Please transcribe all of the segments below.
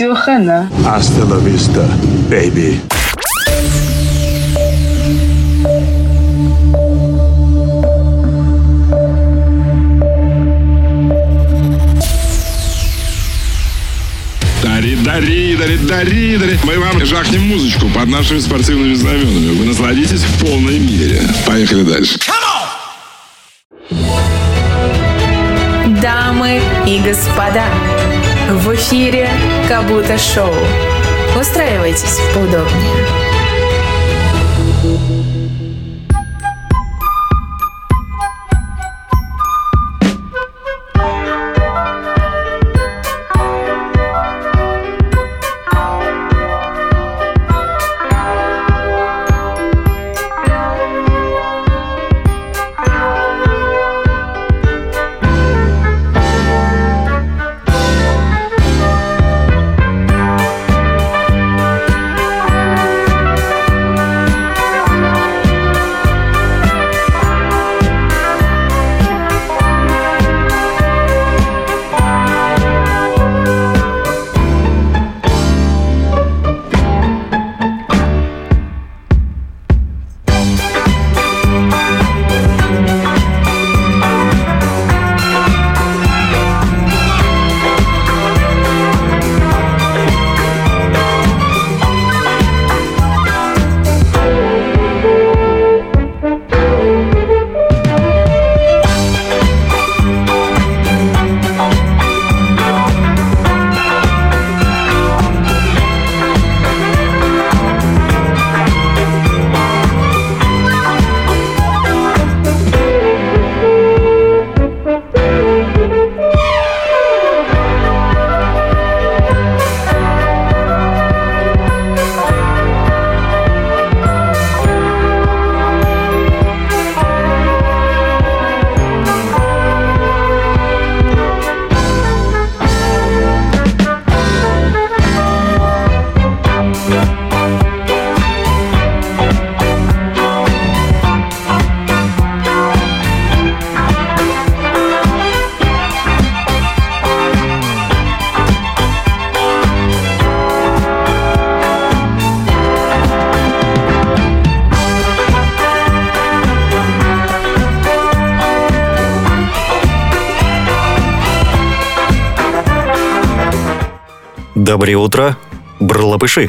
sur Hana. Hasta la vista, baby. Дари. Мы вам жахнем музычку под нашими спортивными знаменами. Вы насладитесь в полной мере. Поехали дальше. Дамы и господа, в эфире Как-будто шоу. Устраивайтесь поудобнее. Доброе утро, брлапыши!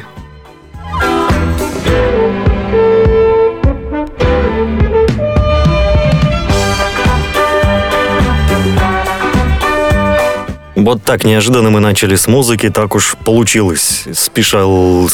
Вот так неожиданно мы начали с музыки, так уж получилось. Спешил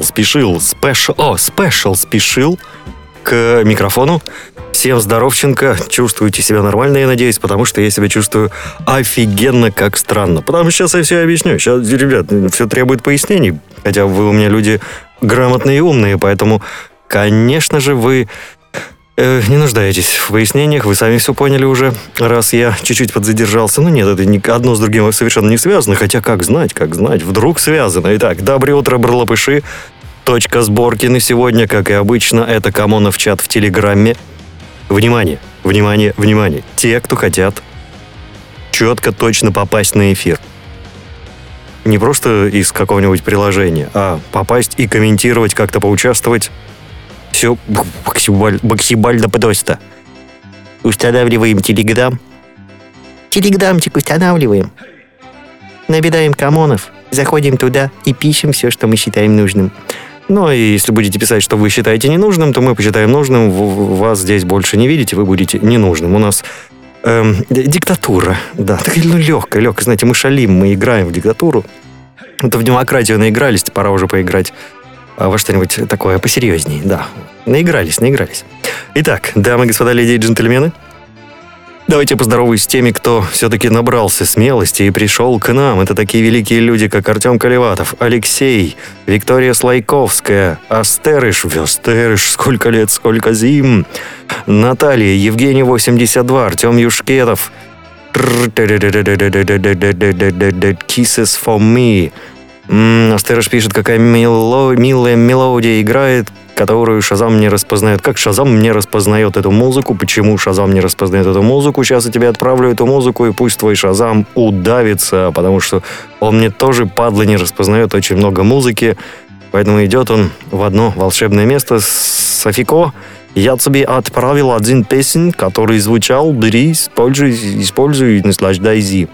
к микрофону. Всем здоровченко, чувствуете себя нормально, я надеюсь, потому что я себя чувствую офигенно как странно. Потому что сейчас я все объясню. Сейчас, ребят, все требует пояснений, хотя вы у меня люди грамотные и умные, поэтому, конечно же, вы не нуждаетесь в пояснениях, вы сами все поняли уже, раз я чуть-чуть подзадержался. Ну нет, это одно с другим совершенно не связано, хотя как знать, вдруг связано. Итак, доброе утро, брлапыши. Точка сборки на сегодня, как и обычно, это Камонов чат в Телеграме. Внимание, внимание, внимание. Те, кто хотят четко, точно попасть на эфир. Не просто из какого-нибудь приложения, а попасть и комментировать, как-то поучаствовать. Все максимально просто. Устанавливаем Телеграм. Телеграмчик устанавливаем. Набираем Камонов, заходим туда и пишем все, что мы считаем нужным. Ну, и если будете писать, что вы считаете ненужным, то мы посчитаем нужным, вас здесь больше не видите, вы будете ненужным. У нас диктатура, да, такая легкая, знаете, мы шалим, мы играем в диктатуру. Это в демократию наигрались, пора уже поиграть во что-нибудь такое посерьезнее, да. Наигрались. Итак, дамы и господа, леди и джентльмены, давайте поздороваюсь с теми, кто все-таки набрался смелости и пришел к нам. Это такие великие люди, как Артем Колеватов, Алексей, Виктория Слайковская, Астерыш, сколько лет, сколько зим, Наталья, Евгений 82, Артем Юшкетов, Kisses for me. Астерыш пишет, какая милая мелодия играет. которую Шазам не распознает. Как Шазам не распознает эту музыку? Почему Шазам не распознает эту музыку? Сейчас я тебе отправлю эту музыку, и пусть твой Шазам удавится, потому что он мне тоже, падла, не распознает очень много музыки. Поэтому идет он в одно волшебное место. Софико, я тебе отправил один песен, который звучал. Бери, используй и наслаждайся.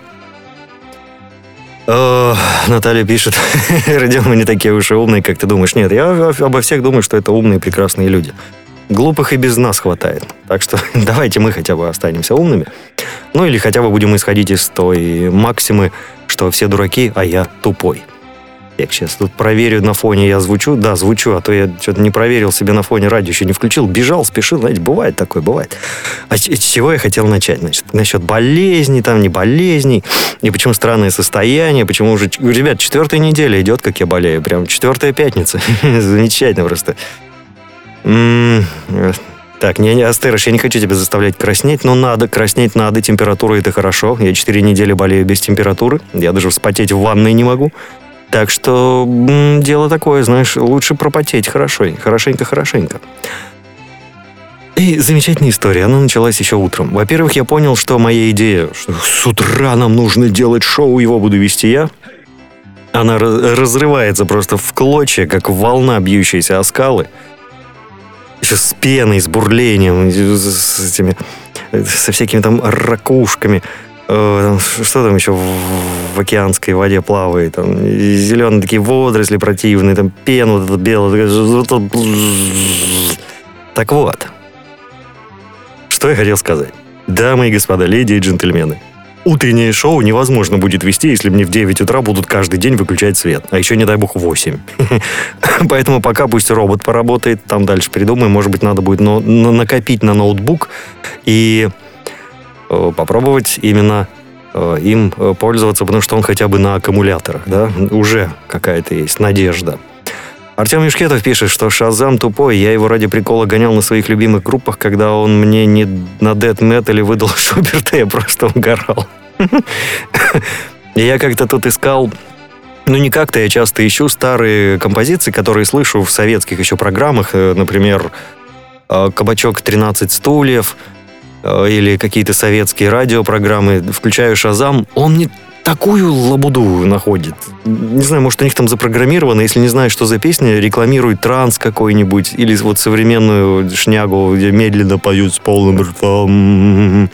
Наталья пишет: Родион, мы не такие уж и умные, как ты думаешь. Нет, я обо всех думаю, что это умные, прекрасные люди. Глупых и без нас хватает. Так что давайте мы хотя бы останемся умными. Ну или хотя бы будем исходить из той максимы, что все дураки, а я тупой. Я сейчас тут проверю, на фоне я звучу. Да, звучу, а то я что-то не проверил себе на фоне, радио еще не включил. Бежал, спешил, знаете, бывает такое, бывает. А с чего я хотел начать? Значит, насчет болезней, там не болезней. И почему странное состояние, почему уже... Ребят, 4-я неделя идет, как я болею. Прям 4-я пятница. Замечательно просто. Так, Астерыш, я не хочу тебя заставлять краснеть, но надо, краснеть надо, температура — это хорошо. Я 4 недели болею без температуры. Я даже вспотеть в ванной не могу. Так что дело такое, знаешь, лучше пропотеть хорошенько. И замечательная история, она началась еще утром. Во-первых, я понял, что моя идея, что с утра нам нужно делать шоу, его буду вести я, она разрывается просто в клочья, как волна, бьющаяся о скалы. Еще с пеной, с бурлением, со всякими там ракушками. Что там еще в океанской воде плавает? Там зеленые такие водоросли противные, там пена вот эта белая. Так вот, что я хотел сказать. Дамы и господа, леди и джентльмены, утреннее шоу невозможно будет вести, если мне в 9 утра будут каждый день выключать свет. А еще, не дай бог, в 8. Поэтому пока пусть робот поработает, там дальше придумаем. Может быть, надо будет накопить на ноутбук и попробовать именно им пользоваться, потому что он хотя бы на аккумуляторах, да, уже какая-то есть надежда. Артем Юшкетов пишет, что Шазам тупой, я его ради прикола гонял на своих любимых группах, когда он мне не на дэт-метале выдал Шуберта, я просто угорал. И я как-то тут искал, не как-то, я часто ищу старые композиции, которые слышу в советских еще программах, например, «Кабачок 13 стульев», или какие-то советские радиопрограммы, включаю Шазам, он мне такую лабуду находит. Не знаю, может, у них там запрограммировано, если не знаю, что за песня, рекламирует транс какой-нибудь, или вот современную шнягу, где медленно поют с полным ртом.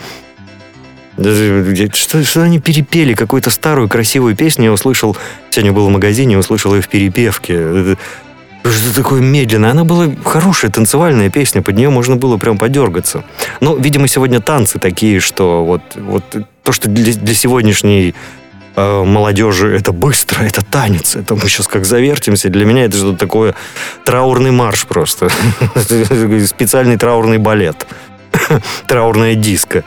Что они перепели? Какую-то старую красивую песню я услышал, сегодня был в магазине, услышал ее в перепевке. Что такое медленное? Она была хорошая танцевальная песня, под нее можно было прям подергаться. Но, видимо, сегодня танцы такие, что вот то, что для сегодняшней молодежи это быстро, это танец, это мы сейчас как завертимся. Для меня это что-то такое траурный марш просто. Специальный траурный балет. Траурная диско.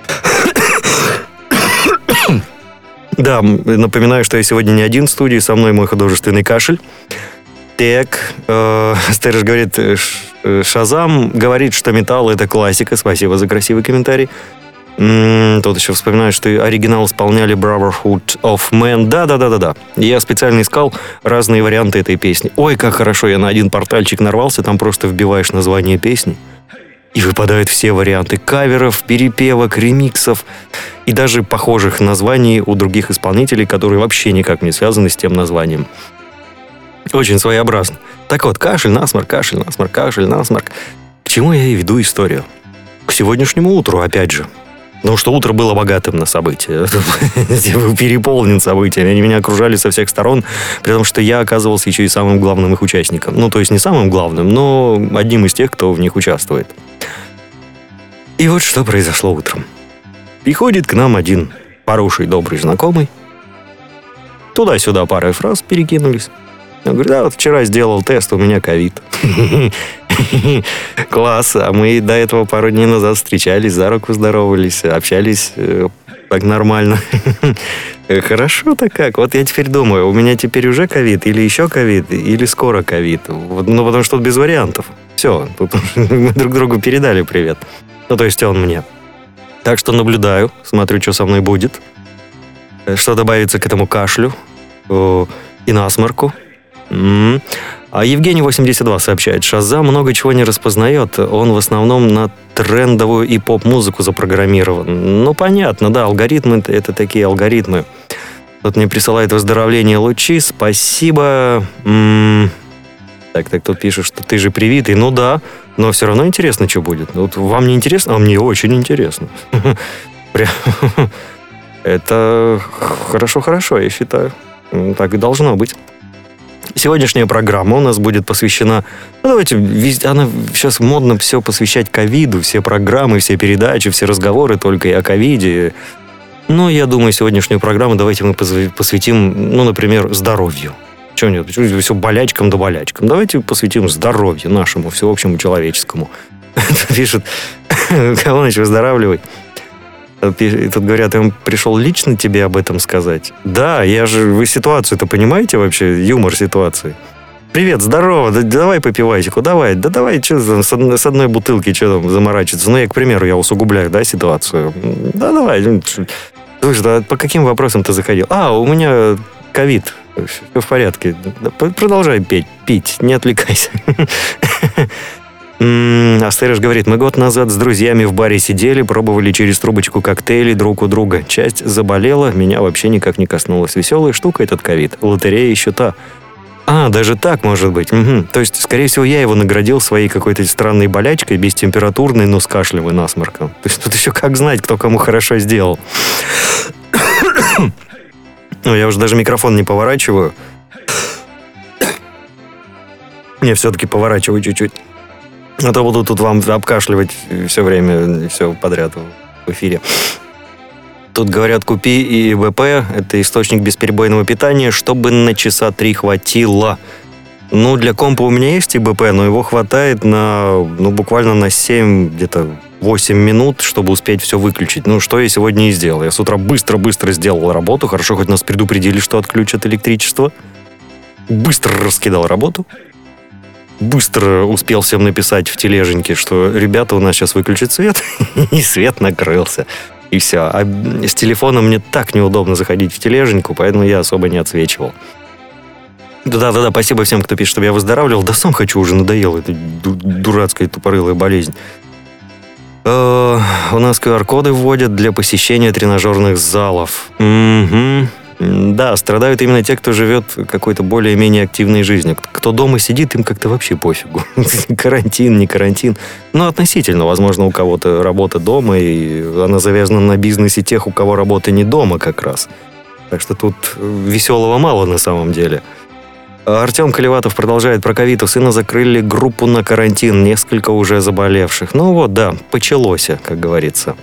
Да, напоминаю, что я сегодня не один в студии, со мной мой художественный кашель. Так, Стерж говорит, Шазам говорит, что металл — это классика. Спасибо за красивый комментарий. Тут еще вспоминаю, что оригинал исполняли Brotherhood of Man. Да. Я специально искал разные варианты этой песни. Ой, как хорошо, я на один портальчик нарвался, там просто вбиваешь название песни, и выпадают все варианты каверов, перепевок, ремиксов и даже похожих названий у других исполнителей, которые вообще никак не связаны с тем названием. Очень своеобразно. Так вот, кашель, насморк. К чему я и веду историю? К сегодняшнему утру, опять же. Потому что утро было богатым на события. Я был переполнен событиями. Они меня окружали со всех сторон, при том, что я оказывался еще и самым главным их участником. То есть не самым главным, но одним из тех, кто в них участвует. И вот что произошло утром. Приходит к нам один хороший, добрый знакомый. Туда-сюда парой фраз перекинулись. Он говорит, вот вчера сделал тест, у меня ковид. Класс, а мы до этого пару дней назад встречались, за руку здоровались, общались так нормально. Хорошо-то как. Вот я теперь думаю, у меня теперь уже ковид, или еще ковид, или скоро ковид. Потому что тут без вариантов. Все, мы друг другу передали привет. То есть он мне. Так что наблюдаю, смотрю, что со мной будет. Что добавится к этому кашлю и насморку. А Евгений 82 сообщает, Шазам много чего не распознает, он в основном на трендовую и поп-музыку запрограммирован. Ну, понятно, да, алгоритмы — это такие алгоритмы. Тут мне присылает выздоровление лучи, спасибо. Так, тут пишет, что ты же привитый. Ну да, но все равно интересно, что будет. Вот вам не интересно, а мне очень интересно. Это хорошо, я считаю. Так и должно быть. Сегодняшняя программа у нас будет посвящена... Ну, давайте, она сейчас модно все посвящать ковиду, все программы, все передачи, все разговоры только и о ковиде. Но я думаю, сегодняшнюю программу давайте мы посвятим, ну, например, здоровью. Чего нет? Все болячкам да болячкам. Давайте посвятим здоровью нашему, всеобщему человеческому. Пишет, Калоныч, выздоравливай. Тут говорят, я пришел лично тебе об этом сказать. Да, вы ситуацию-то понимаете вообще, юмор ситуации? Привет, здорово, давай попивайчику, давай. Да давай, что там, с одной бутылки, что там заморачиваться. Ну, я, к примеру, я усугубляю, да, ситуацию. Да, давай. Слушай, а по каким вопросам ты заходил? У меня ковид. Все в порядке. Продолжай пить, не отвлекайся. Астерыш говорит, мы год назад с друзьями в баре сидели, пробовали через трубочку коктейли друг у друга. Часть заболела, меня вообще никак не коснулась. Веселая штука этот ковид. Лотерея еще та. Даже так может быть. Угу. То есть, скорее всего, я его наградил своей какой-то странной болячкой, бестемпературной, но с кашлем и насморком. То есть тут еще как знать, кто кому хорошо сделал. Я уже даже микрофон не поворачиваю. Я все-таки поворачиваю чуть-чуть. А то буду тут вам обкашливать все время, все подряд в эфире. Тут говорят, купи ИБП, это источник бесперебойного питания, чтобы на часа 3 хватило. Ну, для компа у меня есть ИБП, но его хватает буквально на 7, где-то 8 минут, чтобы успеть все выключить. Ну, что я сегодня и сделал. Я с утра быстро сделал работу. Хорошо, хоть нас предупредили, что отключат электричество. Быстро раскидал работу. Быстро успел всем написать в тележеньке, что ребята, у нас сейчас выключат свет, и свет накрылся. И все. А с телефоном мне так неудобно заходить в тележеньку, поэтому я особо не отсвечивал. Да, спасибо всем, кто пишет, чтобы я выздоравливал. Да сам хочу, уже надоело, эта дурацкая тупорылая болезнь. У нас QR-коды вводят для посещения тренажерных залов. Угу. Да, страдают именно те, кто живет какой-то более-менее активной жизнью. Кто дома сидит, им как-то вообще пофигу. Карантин, не карантин. Но относительно, возможно, у кого-то работа дома, и она завязана на бизнесе тех, у кого работа не дома как раз. Так что тут веселого мало на самом деле. Артем Колеватов продолжает про ковид. У сына закрыли группу на карантин, несколько уже заболевших. Ну вот, да, почалось, как говорится.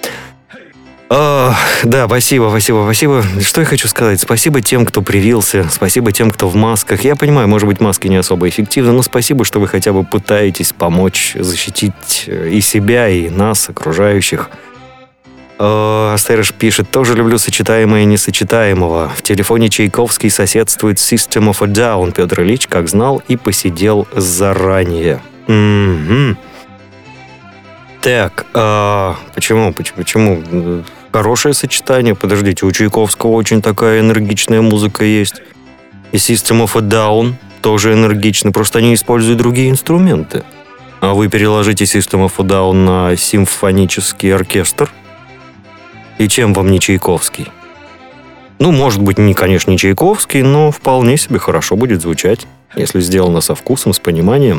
Да, спасибо. Что я хочу сказать? Спасибо тем, кто привился, спасибо тем, кто в масках. Я понимаю, может быть, маски не особо эффективны, но спасибо, что вы хотя бы пытаетесь помочь защитить и себя, и нас, окружающих. Астерыш пишет, тоже люблю сочетаемое и несочетаемого. В телефоне Чайковский соседствует System of a Down. Петр Ильич, как знал, и посидел заранее. Угу. Так, почему? Хорошее сочетание. Подождите, у Чайковского очень такая энергичная музыка есть. И System of a Down тоже энергичный, просто они используют другие инструменты. А вы переложите System of a Down на симфонический оркестр, и чем вам не Чайковский? Ну, может быть, конечно, не Чайковский, но вполне себе хорошо будет звучать, если сделано со вкусом, с пониманием.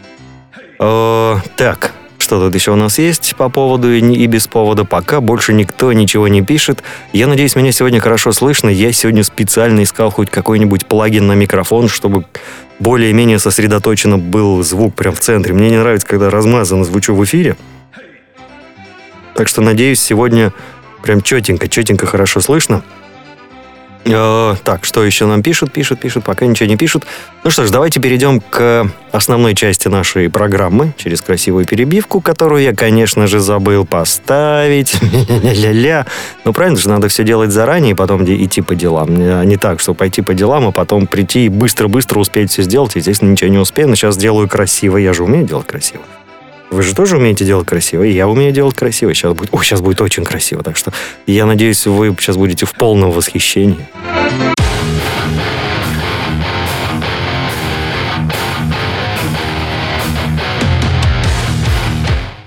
Так, что тут еще у нас есть по поводу и без повода? Пока больше никто ничего не пишет. Я надеюсь, меня сегодня хорошо слышно. Я сегодня специально искал хоть какой-нибудь плагин на микрофон, чтобы более-менее сосредоточенно был звук прям в центре. Мне не нравится, когда размазанно звучу в эфире. Так что, надеюсь, сегодня прям четенько хорошо слышно. Так, что еще нам пишут, пока ничего не пишут. Ну что ж, давайте перейдем к основной части нашей программы через красивую перебивку, которую я, конечно же, забыл поставить. Ля-ля-ля. Ну, правильно же, надо все делать заранее и потом идти по делам. А не так, что пойти по делам, а потом прийти и быстро-быстро успеть все сделать. Естественно, ничего не успею, но сейчас сделаю красиво. Я же умею делать красиво. Вы же тоже умеете делать красиво, и я умею делать красиво. Сейчас будет очень красиво, так что я надеюсь, вы сейчас будете в полном восхищении.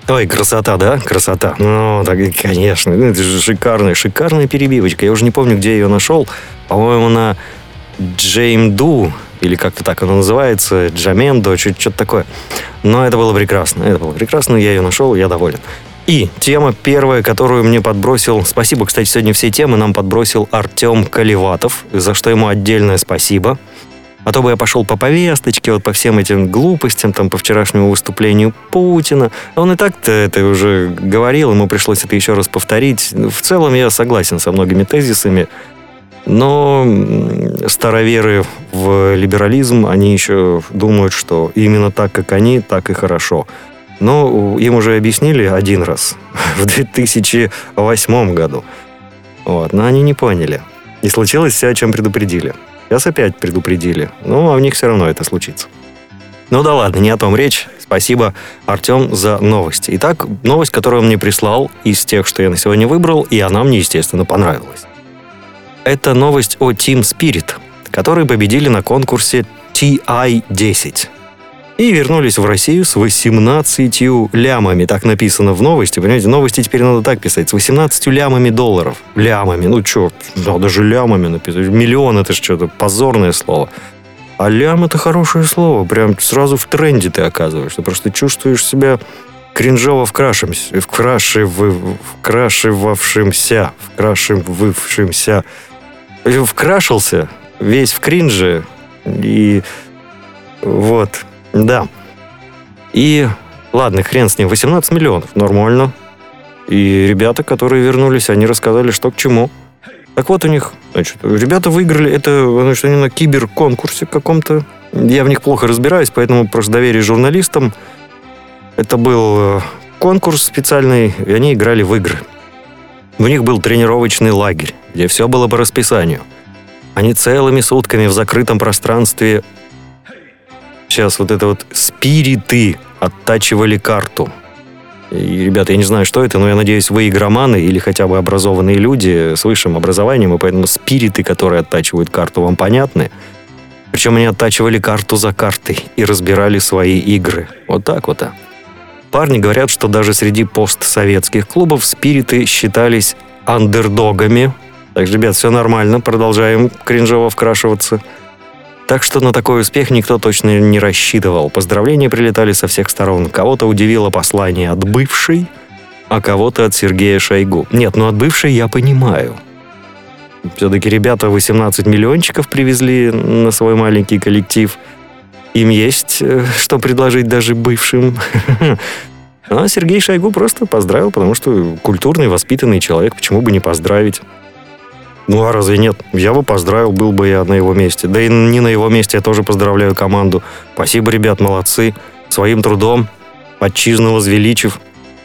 Ой, красота, да? Красота. Ну, так, конечно. Это же шикарная перебивочка. Я уже не помню, где я ее нашел. По-моему, на Джеймду, или как-то так оно называется, Джамендо, что-то такое. Но это было прекрасно. Я ее нашел, я доволен. И тема первая, которую мне подбросил... Спасибо, кстати, сегодня все темы нам подбросил Артем Каливатов, за что ему отдельное спасибо. А то бы я пошел по повесточке, вот по всем этим глупостям, там, по вчерашнему выступлению Путина. Он и так-то это уже говорил, ему пришлось это еще раз повторить. В целом я согласен со многими тезисами, но староверы в либерализм, они еще думают, что именно так, как они, так и хорошо. Но им уже объяснили один раз, в 2008 году. Вот, но они не поняли. И случилось все, о чем предупредили. Сейчас опять предупредили. Ну, а у них все равно это случится. Ну да ладно, не о том речь. Спасибо, Артем, за новости. Итак, новость, которую он мне прислал из тех, что я на сегодня выбрал, и она мне, естественно, понравилась. Это новость о Team Spirit, которые победили на конкурсе TI-10. И вернулись в Россию с 18 лямами. Так написано в новости. Понимаете, новости теперь надо так писать. С 18 лямами долларов. Лямами. Ну что, надо же лямами написать. Миллион — это же что-то позорное слово. А лям — это хорошее слово. Прям сразу в тренде ты оказываешься. Ты просто чувствуешь себя кринжово вкрашился, весь в кринже. И вот... Да. И, ладно, хрен с ним, 18 миллионов, нормально. И ребята, которые вернулись, они рассказали, что к чему. Так вот у них, значит, ребята выиграли, это, значит, они на киберконкурсе каком-то. Я в них плохо разбираюсь, поэтому просто доверие журналистам. Это был конкурс специальный, и они играли в игры. У них был тренировочный лагерь, где все было по расписанию. Они целыми сутками в закрытом пространстве... Сейчас вот это вот спириты оттачивали карту. И, ребята, я не знаю, что это, но я надеюсь, вы игроманы или хотя бы образованные люди с высшим образованием, и поэтому спириты, которые оттачивают карту, вам понятны. Причем они оттачивали карту за картой и разбирали свои игры. Вот так вот. Парни говорят, что даже среди постсоветских клубов спириты считались андердогами. Так что, ребят, все нормально, продолжаем кринжово вкрашиваться. Так что на такой успех никто точно не рассчитывал. Поздравления прилетали со всех сторон. Кого-то удивило послание от бывшей, а кого-то от Сергея Шойгу. Нет, ну от бывшей я понимаю. Все-таки ребята 18 миллиончиков привезли на свой маленький коллектив. Им есть что предложить даже бывшим. А Сергей Шойгу просто поздравил, потому что культурный, воспитанный человек. Почему бы не поздравить? Ну, а разве нет? Я бы поздравил, был бы я на его месте. Да и не на его месте, я тоже поздравляю команду. Спасибо, ребят, молодцы. Своим трудом, отчизну возвеличив,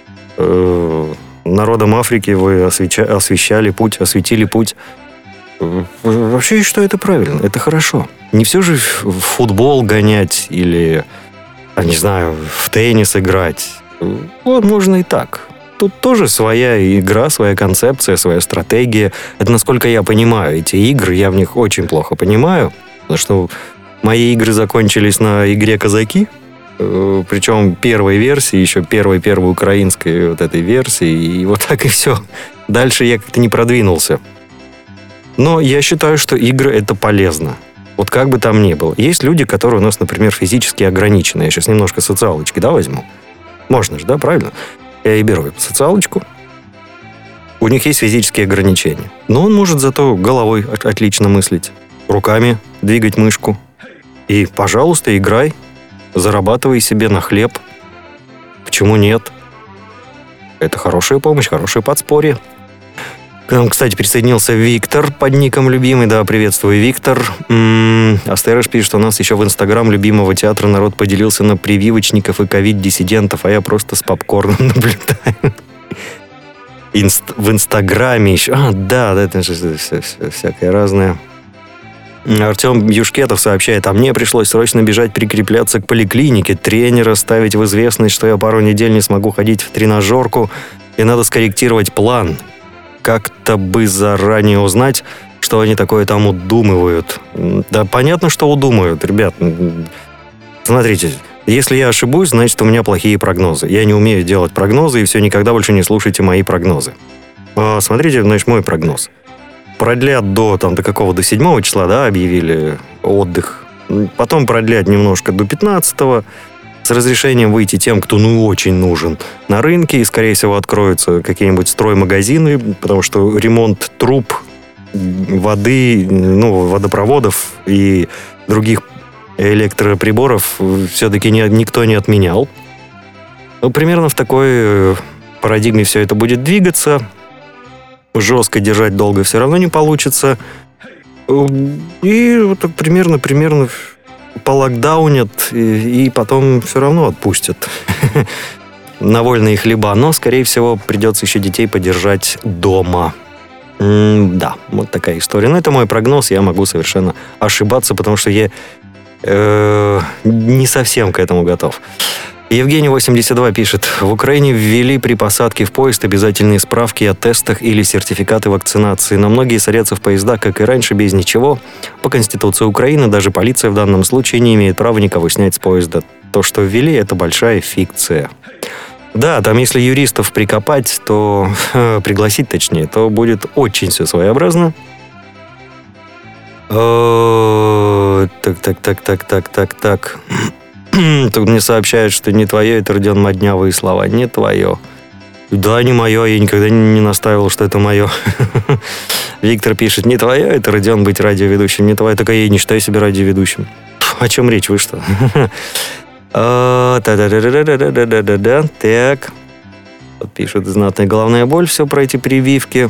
народам Африки вы освещали путь, осветили путь. Вообще, я считаю, это правильно, это хорошо. Не все же в футбол гонять или, не знаю, в теннис играть. Вот можно и так. Тут тоже своя игра, своя концепция, своя стратегия. Это, насколько я понимаю, эти игры, я в них очень плохо понимаю. Потому что мои игры закончились на игре «Казаки». Причем первой версии, еще первой украинской вот этой версии. И вот так и все. Дальше я как-то не продвинулся. Но я считаю, что игры — это полезно. Вот как бы там ни было. Есть люди, которые у нас, например, физически ограничены. Я сейчас немножко социалочки, да, возьму? Можно же, да, правильно? Я и беру социалочку. У них есть физические ограничения. Но он может зато головой отлично мыслить. Руками двигать мышку. И, пожалуйста, играй. Зарабатывай себе на хлеб. Почему нет? Это хорошая помощь, хорошее подспорье. К нам, кстати, присоединился Виктор под ником любимый. Да, приветствую, Виктор. Астерыш пишет, что у нас еще в Инстаграм любимого театра народ поделился на прививочников и ковид-диссидентов, а я просто с попкорном наблюдаю. В Инстаграме еще... да, это же всякое разное. Артем Юшкетов сообщает, а мне пришлось срочно бежать прикрепляться к поликлинике, тренера ставить в известность, что я пару недель не смогу ходить в тренажерку, и надо скорректировать план. Как-то бы заранее узнать, что они такое там удумывают. Да понятно, что удумают, ребят. Смотрите, Если я ошибусь, значит, у меня плохие прогнозы. Я не умею делать прогнозы, и все, никогда больше не слушайте мои прогнозы. Смотрите, значит, мой прогноз. Продлят до какого-то 7 числа, да, объявили отдых. Потом продлят немножко до 15-го. С разрешением выйти тем, кто очень нужен на рынке. И, скорее всего, откроются какие-нибудь строймагазины, потому что ремонт труб, воды, водопроводов и других электроприборов все-таки никто не отменял. Примерно в такой парадигме все это будет двигаться. Жестко держать долго все равно не получится. И вот так примерно полокдаунят, и потом все равно отпустят на вольные хлеба. Но, скорее всего, придется еще детей подержать дома. Да, вот такая история. Но это мой прогноз, я могу совершенно ошибаться, потому что я не совсем к этому готов. Евгений 82 пишет: в Украине ввели при посадке в поезд обязательные справки о тестах или сертификаты вакцинации, но многие садятся в поезда, как и раньше, без ничего. По Конституции Украины даже полиция в данном случае не имеет права никого снять с поезда. То, что ввели, это большая фикция. Да, там если юристов прикопать, то пригласить точнее, то будет очень все своеобразно. Так. Тут мне сообщают, что не твое, это, Родион, моднявые слова. Не твое. Да, не мое, я никогда не настаивал, что это мое. Виктор пишет: не твое, это, Родион, быть радиоведущим. Не твое, так я и не считаю себя радиоведущим. О чем речь, вы что? Так. Тут пишет: знатная головная боль, все про эти прививки.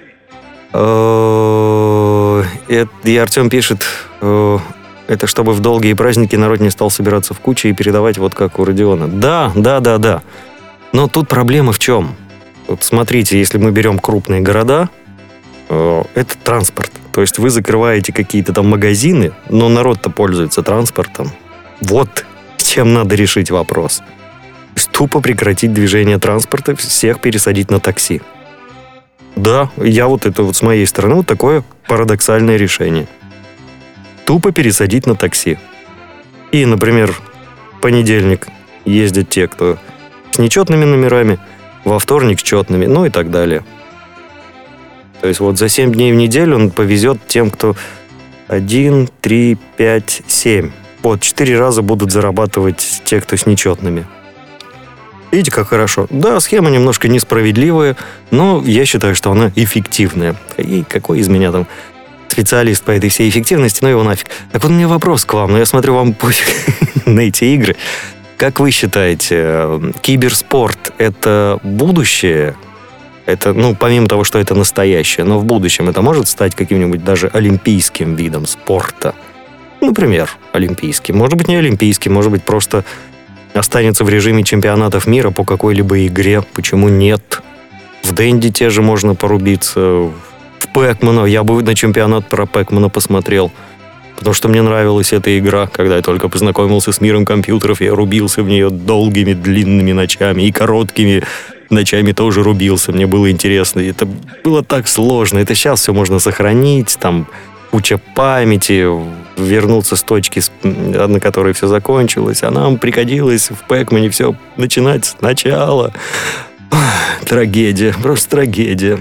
И Артем пишет: это чтобы в долгие праздники народ не стал собираться в кучу и передавать вот как у Родиона. Да. Но тут проблема в чем? Вот смотрите, если мы берем крупные города, это транспорт. То есть вы закрываете какие-то там магазины, но народ-то пользуется транспортом. Вот чем надо решить вопрос. То есть тупо прекратить движение транспорта, всех пересадить на такси. Да, это с моей стороны вот такое парадоксальное решение. Тупо пересадить на такси. И, например, в понедельник ездят те, кто с нечетными номерами, во вторник с четными, и так далее. То есть вот за 7 дней в неделю он повезет тем, кто 1, 3, 5, 7. Вот 4 раза будут зарабатывать те, кто с нечетными. Видите, как хорошо. Да, схема немножко несправедливая, но я считаю, что она эффективная. И какой из меня там специалист по этой всей эффективности, его нафиг. Так вот у меня вопрос к вам, я смотрю, вам пофиг на эти игры. Как вы считаете, киберспорт — это будущее? Это, помимо того, что это настоящее, но в будущем это может стать каким-нибудь даже олимпийским видом спорта? Например, олимпийским. Может быть, не олимпийским, может быть, просто останется в режиме чемпионатов мира по какой-либо игре. Почему нет? В Дэнди те же можно порубиться. В Пэкмана. Я бы на чемпионат про Пэкмана посмотрел. Потому что мне нравилась эта игра. Когда я только познакомился с миром компьютеров, я рубился в нее долгими, длинными ночами. И короткими ночами тоже рубился. Мне было интересно. И это было так сложно. Это сейчас все можно сохранить. Там куча памяти. Вернуться с точки, на которой все закончилось. А нам пригодилось в Пэкмане все начинать сначала. Трагедия. Просто трагедия.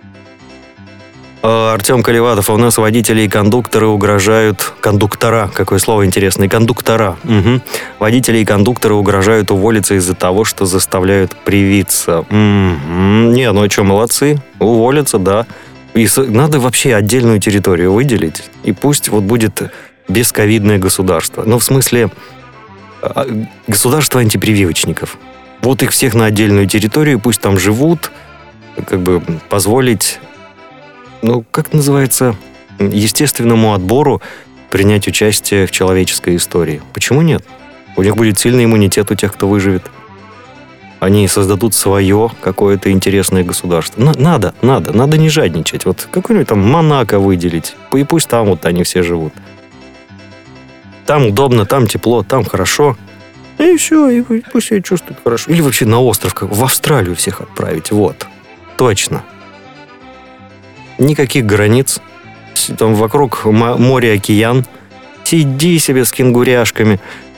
Артем Колеватов: у нас водители и кондукторы угрожают... Кондуктора, какое слово интересное. Кондуктора. Угу. Водители и кондукторы угрожают уволиться из-за того, что заставляют привиться. Угу. Не, что, молодцы. Уволятся, да. И надо вообще отдельную территорию выделить. И пусть будет бесковидное государство. В смысле, государство антипрививочников. Вот их всех на отдельную территорию, пусть там живут. Позволить... как называется, естественному отбору принять участие в человеческой истории. Почему нет? У них будет сильный иммунитет у тех, кто выживет. Они создадут свое какое-то интересное государство. Надо не жадничать. Вот какой-нибудь там Монако выделить. И пусть там они все живут. Там удобно, там тепло, там хорошо. И все, и пусть себя чувствуют хорошо. Или вообще на остров, в Австралию всех отправить. Вот. Точно. Никаких границ. Там вокруг море, океан. Сиди себе с кенгуряшками.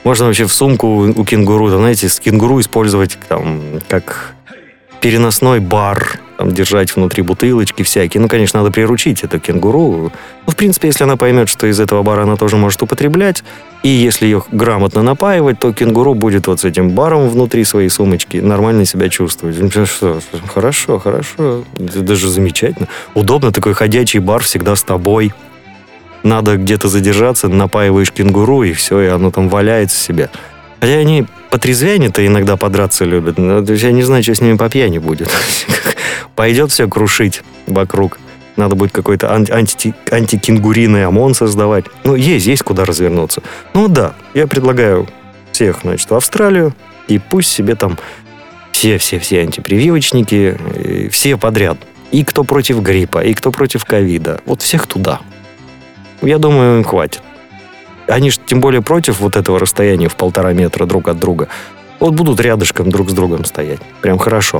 Можно вообще в сумку у кенгуру, там, знаете, с кенгуру использовать там, как переносной бар, там, держать внутри бутылочки всякие. Ну, конечно, надо приручить эту кенгуру. Ну, в принципе, если она поймет, что из этого бара она тоже может употреблять, и если ее грамотно напаивать, то кенгуру будет вот с этим баром внутри своей сумочки нормально себя чувствовать. Что, хорошо. Это даже замечательно. Удобно, такой ходячий бар всегда с тобой. Надо где-то задержаться, напаиваешь кенгуру, и все, и оно там валяется себе. Хотя они по-трезвяне-то иногда подраться любят. Но я не знаю, что с ними по пьяни будет. Пойдет все крушить вокруг. Надо будет какой-то антикенгуриный ОМОН создавать. Ну, есть куда развернуться. Ну да, я предлагаю всех, значит, в Австралию, и пусть себе там все антипрививочники, все подряд. И кто против гриппа, и кто против ковида. Вот всех туда. Я думаю, им хватит. Они же тем более против вот этого расстояния в 1,5 метра друг от друга. Вот будут рядышком друг с другом стоять. Прям хорошо.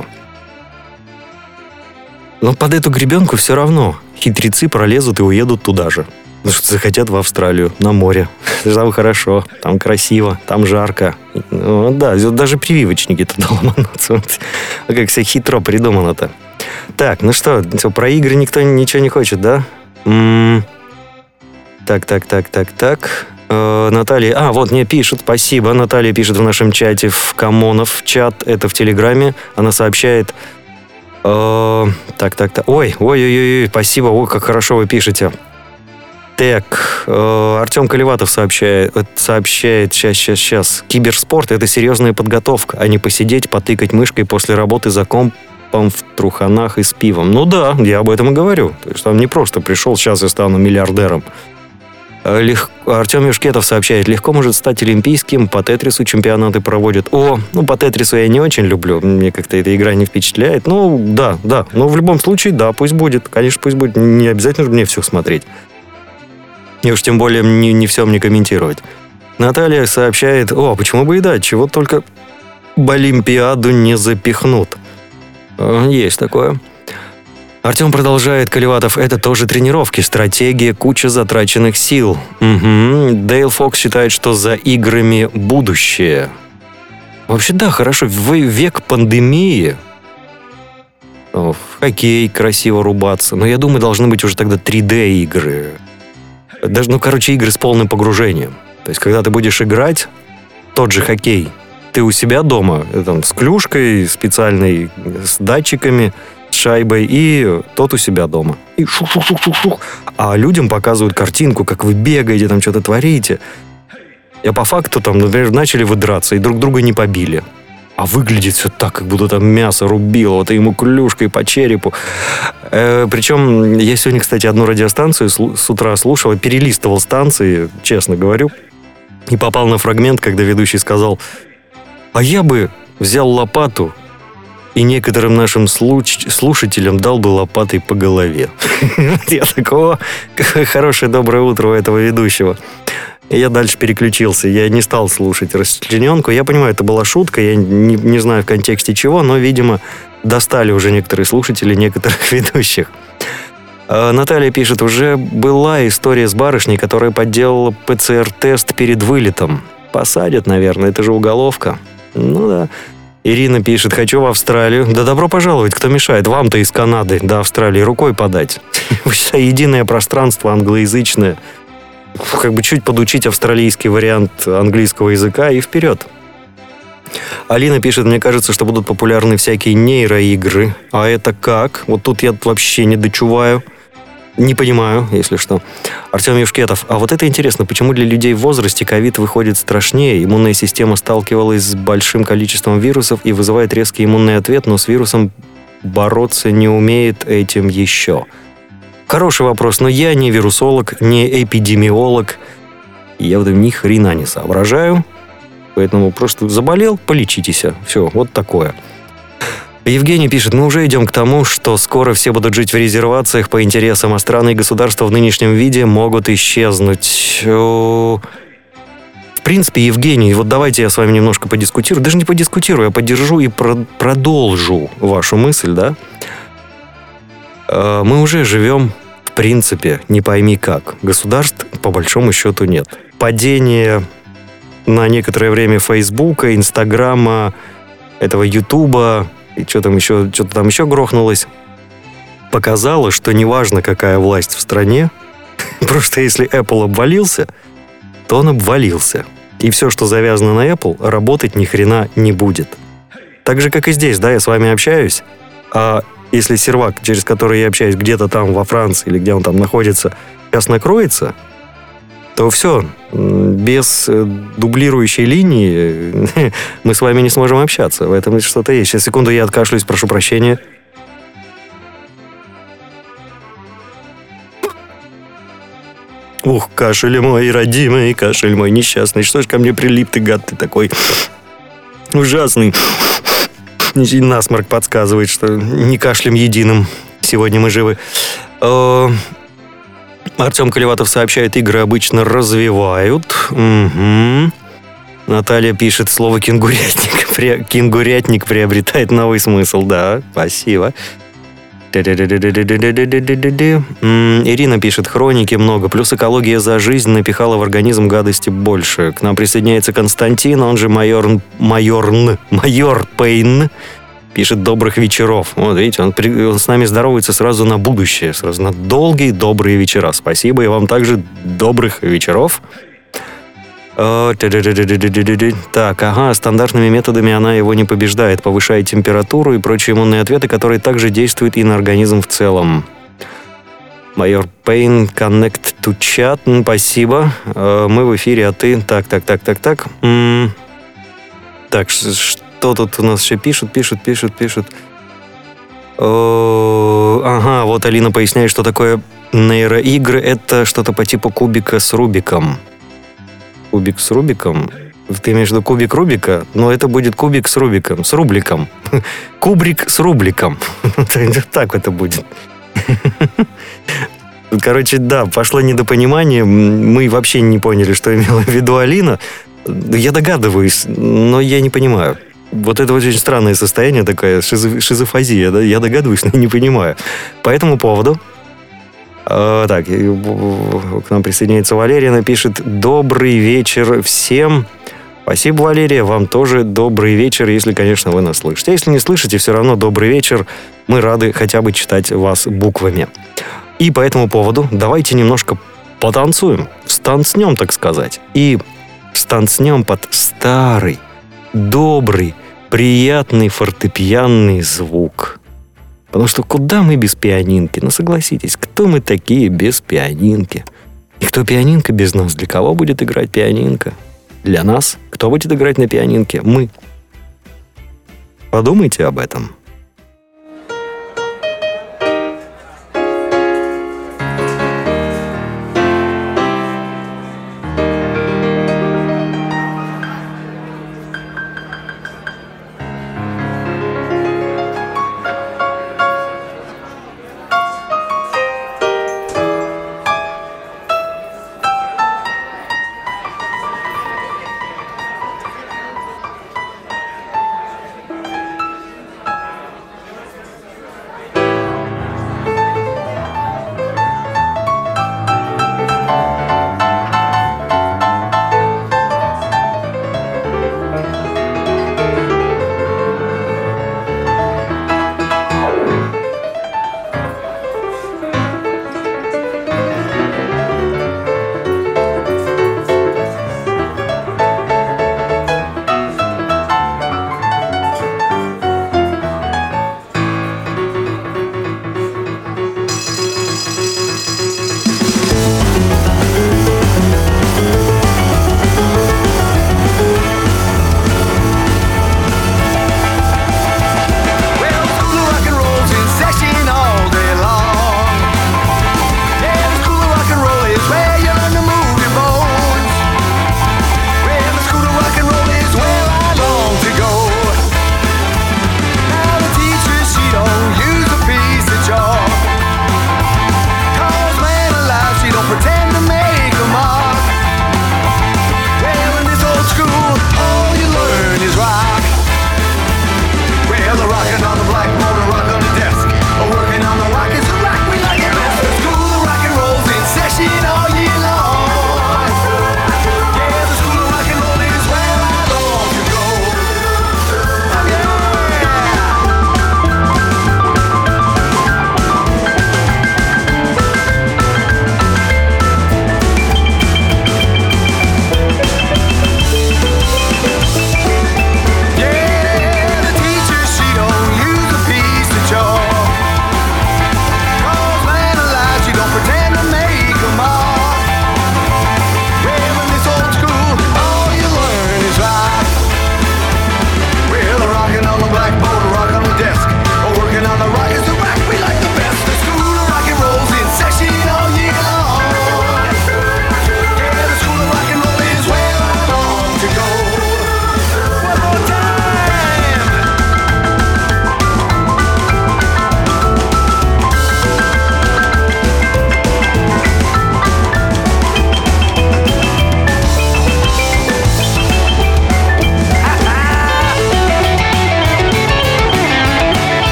Но под эту гребенку все равно хитрецы пролезут и уедут туда же. Потому что захотят в Австралию, на море. Там хорошо, там красиво, там жарко. Ну, да, даже прививочники туда ломанутся. А как все хитро придумано-то. Так, ну что, про игры никто ничего не хочет, да? Так. Наталья... вот мне пишет, спасибо. Наталья пишет в нашем чате, в Камонов чат, это в Телеграме. Она сообщает... Так. Ой, спасибо, ой, как хорошо вы пишете. Так, Артем Колеватов сообщает, сейчас. Киберспорт — это серьезная подготовка, а не посидеть, потыкать мышкой после работы за компом в труханах и с пивом. Ну да, я об этом и говорю. То есть там не просто пришел, сейчас я стану миллиардером. Артем Юшкетов сообщает, легко может стать олимпийским, по Тетрису чемпионаты проводят. По Тетрису я не очень люблю, мне как-то эта игра не впечатляет. Ну, да, но в любом случае, да, пусть будет. Конечно, пусть будет, не обязательно же мне все смотреть. И уж тем более не все мне комментировать. Наталья сообщает, почему бы и да, чего только в Олимпиаду не запихнут. Есть такое. Артем продолжает, Колеватов, это тоже тренировки, стратегия, куча затраченных сил. Угу. Дейл Фокс считает, что за играми будущее. Вообще, да, хорошо, в век пандемии в хоккей красиво рубаться, но я думаю, должны быть уже тогда 3D-игры. Даже, игры с полным погружением. То есть, когда ты будешь играть, тот же хоккей, ты у себя дома, там, с клюшкой специальной, с датчиками, с шайбой, и тот у себя дома. И шух-шух-шух-шух. А людям показывают картинку, как вы бегаете, там что-то творите. И по факту, там, например, начали вы драться и друг друга не побили. А выглядит все так, как будто там мясо рубило, вот ему клюшкой по черепу. Причем я сегодня, кстати, одну радиостанцию с утра слушал, перелистывал станции, честно говорю, и попал на фрагмент, когда ведущий сказал, а я бы взял лопату и некоторым нашим слушателям дал бы лопатой по голове. Я такого, какое хорошее доброе утро у этого ведущего. И я дальше переключился, я не стал слушать расчлененку. Я понимаю, это была шутка, я не знаю в контексте чего, но, видимо, достали уже некоторые слушатели некоторых ведущих. Наталья пишет, уже была история с барышней, которая подделала ПЦР-тест перед вылетом. Посадят, наверное, это же уголовка. Ну да. Ирина пишет, хочу в Австралию. Да добро пожаловать, кто мешает? Вам-то из Канады до Австралии рукой подать. Единое пространство англоязычное. Как бы чуть подучить австралийский вариант английского языка и вперед. Алина пишет, мне кажется, что будут популярны всякие нейроигры. А это как? Вот тут я вообще не дочуваю. Не понимаю, если что. Артем Юшкетов. А вот это интересно, почему для людей в возрасте ковид выходит страшнее? Иммунная система сталкивалась с большим количеством вирусов и вызывает резкий иммунный ответ, но с вирусом бороться не умеет этим еще. Хороший вопрос, но я не вирусолог, не эпидемиолог. Я в этом ни хрена не соображаю. Поэтому просто заболел, полечитесь. Все, вот такое. Евгений пишет, мы уже идем к тому, что скоро все будут жить в резервациях по интересам, а страны и государства в нынешнем виде могут исчезнуть. В принципе, Евгений, вот давайте я с вами немножко подискутирую. Даже не подискутирую, а поддержу и продолжу вашу мысль, да? Мы уже живем, в принципе, не пойми как. Государств, по большому счету, нет. Падение на некоторое время Фейсбука, Инстаграма, этого Ютуба, и что-то там еще грохнулось, показало, что неважно, какая власть в стране, просто если Apple обвалился, то он обвалился. И все, что завязано на Apple, работать ни хрена не будет. Так же, как и здесь, да, я с вами общаюсь, а если сервак, через который я общаюсь где-то там во Франции или где он там находится, сейчас накроется, то все, без дублирующей линии мы с вами не сможем общаться. В этом что-то есть. Сейчас, секунду, я откашлюсь, прошу прощения. Ух, кашель мой родимый, кашель мой несчастный. Что ж ко мне прилип ты, гад ты такой ужасный. И насморк подсказывает, что не кашлем единым. Сегодня мы живы. Артем Колеватов сообщает, игры обычно развивают. Угу. Наталья пишет, слово «кенгурятник» приобретает новый смысл. Да, спасибо. Ирина пишет, хроники много, плюс экология за жизнь напихала в организм гадости больше. К нам присоединяется Константин, он же майор Пейн, пишет добрых вечеров. Вот видите, он с нами здоровается сразу на будущее, сразу на долгие добрые вечера. Спасибо, и вам также добрых вечеров. Так, стандартными методами она его не побеждает, повышает температуру и прочие иммунные ответы, которые также действуют и на организм в целом. Майор Пейн, connect to chat, спасибо. Мы в эфире, а ты... Так. Так, что тут у нас еще пишут? Вот Алина поясняет, что такое нейроигры. Это что-то по типу кубика с Рубиком. Кубик с Рубиком? Ты имеешь в виду кубик Рубика? Но это будет кубик с Рубиком, с рубликом. Кубрик с рубликом. Так это будет. Короче, да, пошло недопонимание. Мы вообще не поняли, что имела в виду Алина. Я догадываюсь, но я не понимаю. Вот это очень странное состояние, такая шизофазия. Да? Я догадываюсь, но не понимаю. По этому поводу... Так, к нам присоединяется Валерия, она пишет «Добрый вечер всем». Спасибо, Валерия, вам тоже добрый вечер, если, конечно, вы нас слышите. А если не слышите, все равно добрый вечер. Мы рады хотя бы читать вас буквами. И по этому поводу давайте немножко потанцуем, станцнем, так сказать. И станцнем под старый, добрый, приятный фортепианный звук. Потому что куда мы без пианинки? Ну, согласитесь, кто мы такие без пианинки? И кто пианинка без нас? Для кого будет играть пианинка? Для нас. Кто будет играть на пианинке? Мы. Подумайте об этом.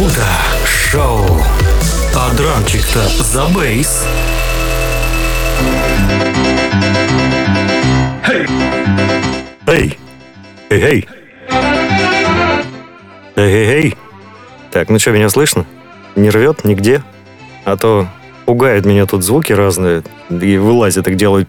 Кабута Шоу. А драмчик-то за бейс. Эй! Эй! Эй! Так, ну что, меня слышно? Не рвет нигде? А то пугают меня тут звуки разные, и вылазят, так делают.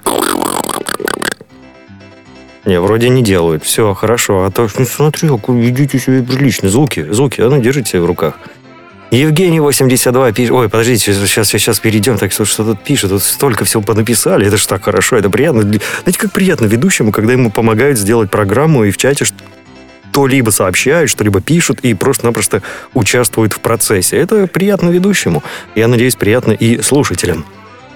Не, вроде не делают. Все, хорошо. А то, смотри, ведите себя прилично. Звуки, а ну, держите себя в руках. Евгений 82 пишет... Ой, подождите, сейчас перейдем. Так, что тут пишет? Тут столько всего понаписали. Это ж так хорошо, это приятно. Знаете, как приятно ведущему, когда ему помогают сделать программу и в чате что-либо сообщают, что-либо пишут и просто-напросто участвуют в процессе. Это приятно ведущему. Я надеюсь, приятно и слушателям.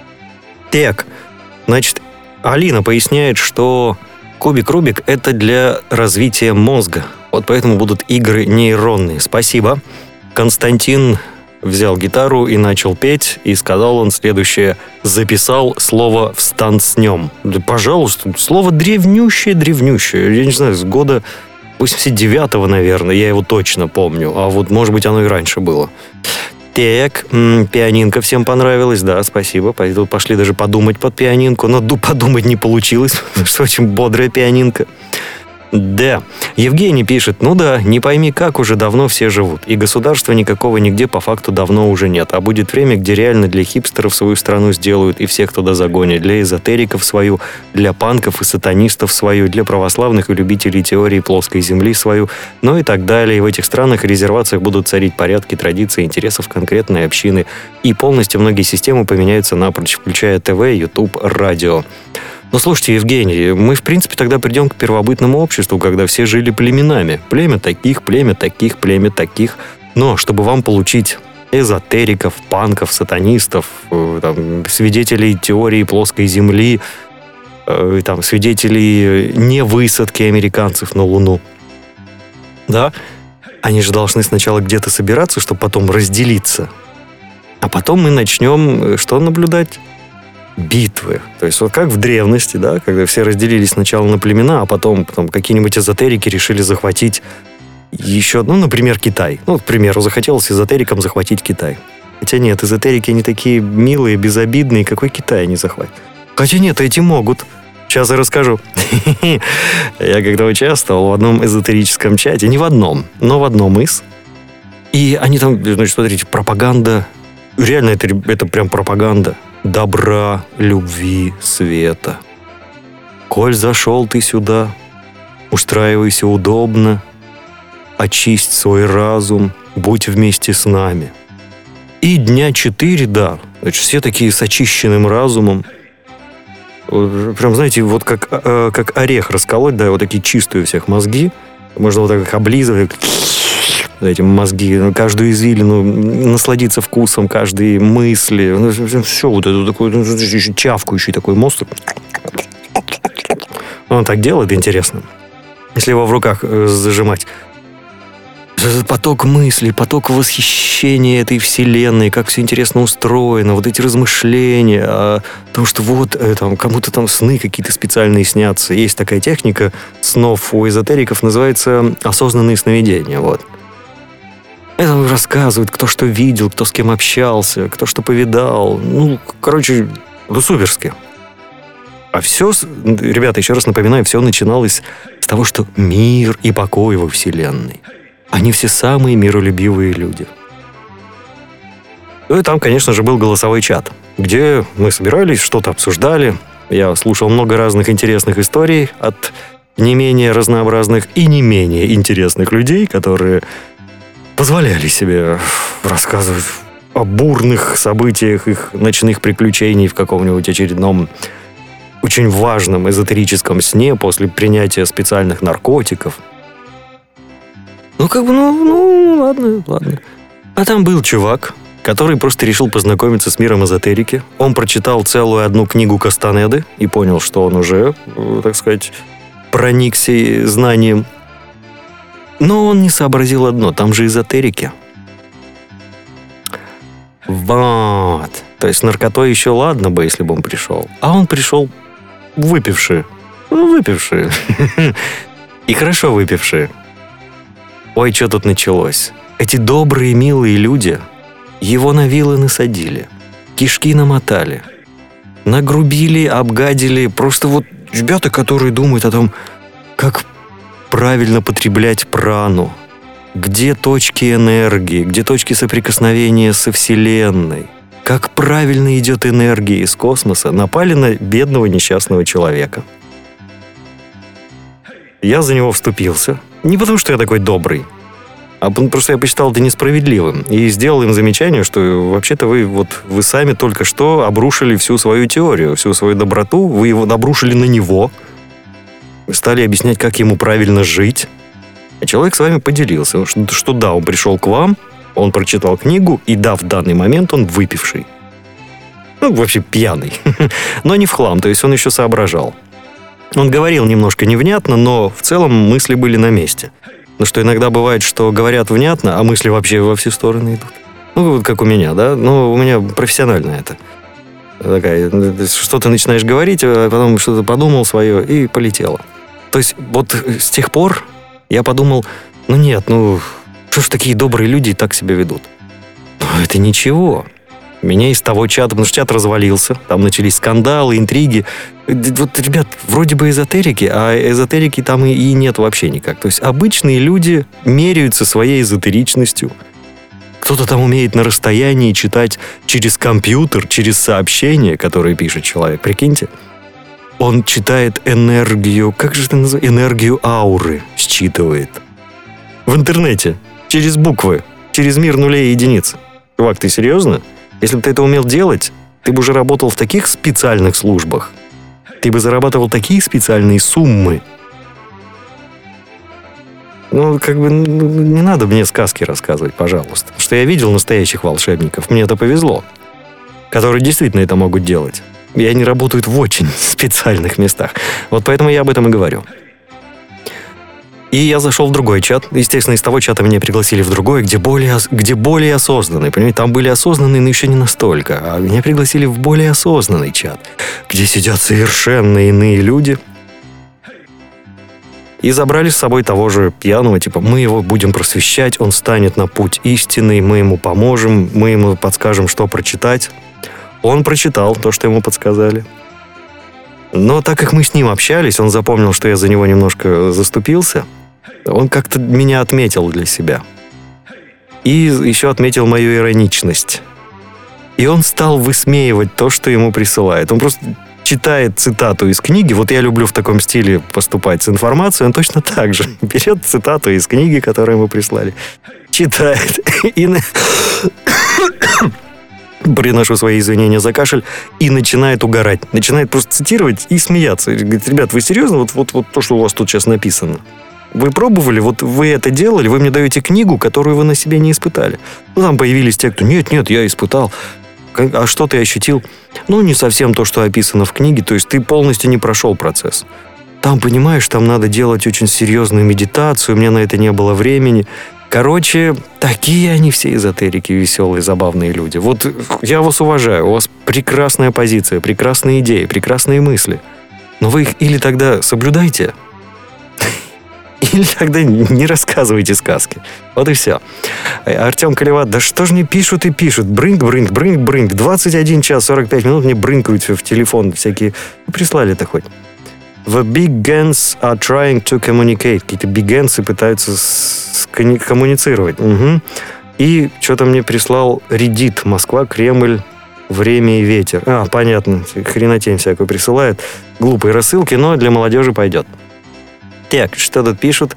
Так, значит, Алина поясняет, что кубик Рубик — это для развития мозга. Вот поэтому будут игры нейронные. Спасибо. Константин взял гитару и начал петь, и сказал он следующее: записал слово «встан с нем». Да, пожалуйста, слово древнющее. Я не знаю, с года 89-го, наверное, я его точно помню. А вот, может быть, оно и раньше было. Так, пианинка всем понравилась, да, спасибо. Пошли даже подумать под пианинку, но подумать не получилось, потому что очень бодрая пианинка. Да, Евгений пишет, ну да, не пойми как, уже давно все живут, и государства никакого нигде по факту давно уже нет, а будет время, где реально для хипстеров свою страну сделают и всех туда загонят, для эзотериков свою, для панков и сатанистов свою, для православных и любителей теории плоской земли свою, ну и так далее. И в этих странах и резервациях будут царить порядки, традиции, интересов конкретной общины, и полностью многие системы поменяются напрочь, включая ТВ, YouTube, радио. Но слушайте, Евгений, мы, в принципе, тогда придем к первобытному обществу, когда все жили племенами. Племя таких, племя таких, племя таких. Но чтобы вам получить эзотериков, панков, сатанистов, там, свидетелей теории плоской земли, там, свидетелей невысадки американцев на Луну, да, они же должны сначала где-то собираться, чтобы потом разделиться. А потом мы начнем что наблюдать? Битвы. То есть вот как в древности, да, когда все разделились сначала на племена, а потом какие-нибудь эзотерики решили захватить еще, ну, например, Китай. Ну, к примеру, захотелось эзотерикам захватить Китай. Хотя нет, эзотерики они такие милые, безобидные, какой Китай они захватят? Хотя нет, эти могут. Сейчас я расскажу. Я когда участвовал в одном эзотерическом чате, не в одном, но в одном из. И они там, значит, смотрите, пропаганда. Реально, это прям пропаганда. Добра, любви, света. Коль зашел ты сюда, устраивайся удобно, очисть свой разум, будь вместе с нами. И дня 4, да, значит, все такие с очищенным разумом. Прям, знаете, вот как орех расколоть, да, вот такие чистые у всех мозги. Можно вот так их облизывать, эти мозги, каждую извилину, насладиться вкусом каждой мысли. Все вот это такой чавкающий такой мозг. Он так делает, интересно. Если его в руках зажимать. Поток мыслей, поток восхищения этой вселенной, как все интересно устроено, вот эти размышления о том, что вот там, кому-то там сны какие-то специальные снятся. Есть такая техника снов у эзотериков, называется осознанные сновидения. Вот. Это рассказывают, кто что видел, кто с кем общался, кто что повидал. Ну, короче, ну, суперски. А все, ребята, еще раз напоминаю, все начиналось с того, что мир и покой во Вселенной. Они все самые миролюбивые люди. Ну и там, конечно же, был голосовой чат, где мы собирались, что-то обсуждали. Я слушал много разных интересных историй от не менее разнообразных и не менее интересных людей, которые позволяли себе рассказывать о бурных событиях их ночных приключений в каком-нибудь очередном очень важном эзотерическом сне после принятия специальных наркотиков. Ну, ладно. А там был чувак, который просто решил познакомиться с миром эзотерики. Он прочитал целую одну книгу Кастанеды и понял, что он уже, так сказать, проникся знанием. Но он не сообразил одно, там же эзотерики. Вот. То есть наркотой еще ладно бы, если бы он пришел. А он пришел выпивший. И хорошо выпивший. Ой, что тут началось? Эти добрые, милые люди его на вилы насадили, кишки намотали, нагрубили, обгадили. Просто вот ребята, которые думают о том, как правильно потреблять прану, где точки энергии, где точки соприкосновения со Вселенной, как правильно идет энергия из космоса, напали на бедного несчастного человека. Я за него вступился. Не потому, что я такой добрый, а просто я посчитал это несправедливым. И сделал им замечание, что вообще-то вы сами только что обрушили всю свою теорию, всю свою доброту, вы его обрушили на него, вы стали объяснять, как ему правильно жить. А человек с вами поделился, что да, он пришел к вам, он прочитал книгу, и да, в данный момент он выпивший. Ну, вообще пьяный. Но не в хлам, то есть он еще соображал. Он говорил немножко невнятно, но в целом мысли были на месте. Но что иногда бывает, что говорят внятно, а мысли вообще во все стороны идут. Ну, вот как у меня, да? Ну, у меня профессионально это. Такая, что ты начинаешь говорить, а потом что-то подумал свое, и полетело. То есть вот с тех пор я подумал, что ж такие добрые люди так себя ведут? Но это ничего. Меня из того чата, потому что чат развалился, там начались скандалы, интриги. Вот, ребят, вроде бы эзотерики, а эзотерики там и нет вообще никак. То есть обычные люди меряются своей эзотеричностью. Кто-то там умеет на расстоянии читать через компьютер, через сообщения, которые пишет человек. Прикиньте. Он читает энергию, как же это называется? Энергию ауры считывает. В интернете. Через буквы. Через мир нулей и единиц. Чувак, ты серьезно? Если бы ты это умел делать, ты бы уже работал в таких специальных службах. Ты бы зарабатывал такие специальные суммы. Не надо мне сказки рассказывать, пожалуйста. Потому что я видел настоящих волшебников, мне это повезло, которые действительно это могут делать. И они работают в очень специальных местах. Вот поэтому я об этом и говорю. И я зашел в другой чат. Естественно, из того чата меня пригласили в другой, где более осознанный. Понимаете, там были осознанные, но еще не настолько. А меня пригласили в более осознанный чат, где сидят совершенно иные люди. И забрали с собой того же пьяного, типа, мы его будем просвещать, он станет на путь истинный, мы ему поможем, мы ему подскажем, что прочитать. Он прочитал то, что ему подсказали. Но так как мы с ним общались, он запомнил, что я за него немножко заступился. Он как-то меня отметил для себя. И еще отметил мою ироничность. И он стал высмеивать то, что ему присылают. Он просто читает цитату из книги. Вот я люблю в таком стиле поступать с информацией. Он точно так же берет цитату из книги, которую ему прислали, читает и... Приношу свои извинения за кашель и начинает угорать. Начинает просто цитировать и смеяться. Говорит, ребят, вы серьезно? Вот то, что у вас тут сейчас написано. Вы пробовали? Вот вы это делали? Вы мне даете книгу, которую вы на себе не испытали. Ну, там появились те, кто, нет, я испытал. А что ты ощутил? Ну, не совсем то, что описано в книге. То есть ты полностью не прошел процесс. Там, понимаешь, там надо делать очень серьезную медитацию. У меня на это не было времени. Короче, такие они все эзотерики, веселые, забавные люди. Вот я вас уважаю, у вас прекрасная позиция, прекрасные идеи, прекрасные мысли. Но вы их или тогда соблюдайте, или тогда не рассказывайте сказки. Вот и все. Артем Колеват, да что ж мне пишут и пишут. Брынк. 21 час 45 минут мне брынкают в телефон всякие. Прислали это хоть. The big guns are trying to communicate. Какие-то бигенсы пытаются коммуницировать. Угу. И что-то мне прислал Reddit. Москва, Кремль, время и ветер. Понятно. Хренотень всякую присылает. Глупые рассылки, но для молодежи пойдет. Так, что тут пишут?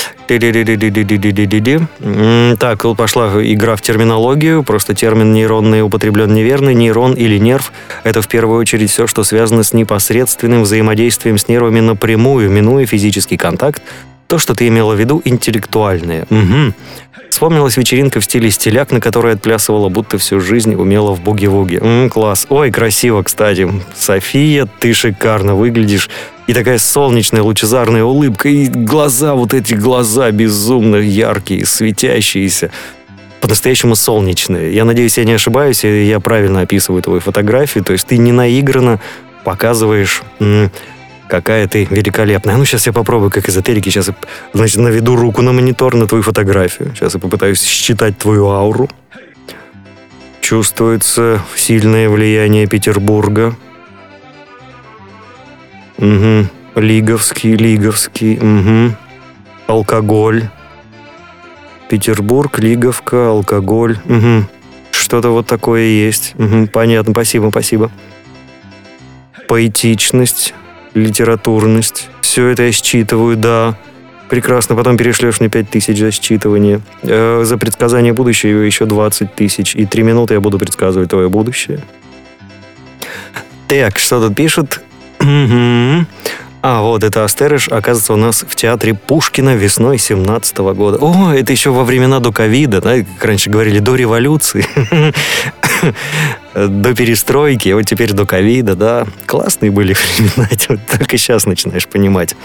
Так, вот пошла игра в терминологию. Просто термин нейронный употреблен неверно. Нейрон или нерв – это в первую очередь все, что связано с непосредственным взаимодействием с нервами напрямую, минуя физический контакт. То, что ты имела в виду, интеллектуальное. Угу. Вспомнилась вечеринка в стиле стиляк, на которой отплясывала, будто всю жизнь умела в буги-вуги. Класс. Ой, красиво, кстати. София, ты шикарно выглядишь. И такая солнечная, лучезарная улыбка. И глаза, вот эти глаза безумно яркие, светящиеся. По-настоящему солнечные. Я надеюсь, я не ошибаюсь, и я правильно описываю твою фотографию. То есть ты не наигранно показываешь Какая ты великолепная. Ну, сейчас я попробую, как эзотерики. Сейчас я, значит, наведу руку на монитор, на твою фотографию. Сейчас я попытаюсь считать твою ауру. Чувствуется сильное влияние Петербурга. Угу. Лиговский. Угу. Алкоголь. Петербург, Лиговка, алкоголь. Угу. Что-то вот такое есть. Угу. Понятно, спасибо. Поэтичность, литературность. Все это я считываю, да. Прекрасно, потом перешлешь мне 5000 за считывание. За предсказание будущего еще 20 000. И 3 минуты я буду предсказывать твое будущее. Так, что тут пишут? Угу. А, вот это Астерыш, оказывается, у нас в театре Пушкина весной 2017 года. О, это еще во времена до ковида, да, как раньше говорили, до революции, до перестройки, вот теперь до ковида, да. Классные были времена, вот только сейчас начинаешь понимать.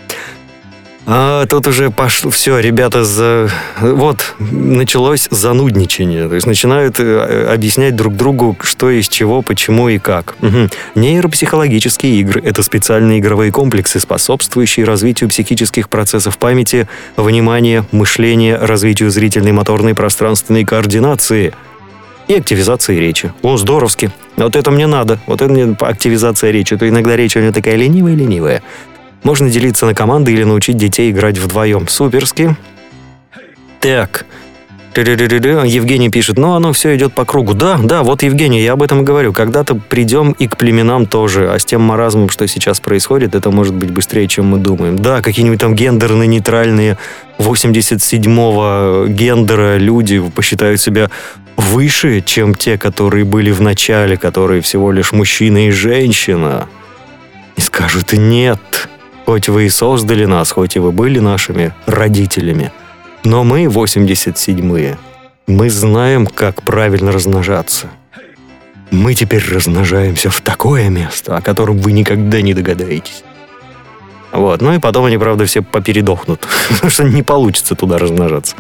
А тут уже пошло, все, ребята, вот, началось занудничание. То есть начинают объяснять друг другу, что из чего, почему и как. Угу. Нейропсихологические игры – это специальные игровые комплексы, способствующие развитию психических процессов памяти, внимания, мышления, развитию зрительной, моторной, пространственной координации и активизации речи. О, здоровски. Вот это мне надо. Вот это мне активизация речи. То иногда речь у нее такая ленивая. Можно делиться на команды или научить детей играть вдвоем. Суперски. Так. Евгений пишет, оно все идет по кругу. Да, вот, Евгений, я об этом и говорю. Когда-то придем и к племенам тоже. А с тем маразмом, что сейчас происходит, это может быть быстрее, чем мы думаем. Да, какие-нибудь там гендерно-нейтральные 87-го гендера люди посчитают себя выше, чем те, которые были в начале, которые всего лишь мужчина и женщина. И скажут, нет. Хоть вы и создали нас, хоть и вы были нашими родителями, но мы, 87-е, мы знаем, как правильно размножаться. Мы теперь размножаемся в такое место, о котором вы никогда не догадаетесь. Вот, и потом они, правда, все попередохнут, потому что не получится туда размножаться.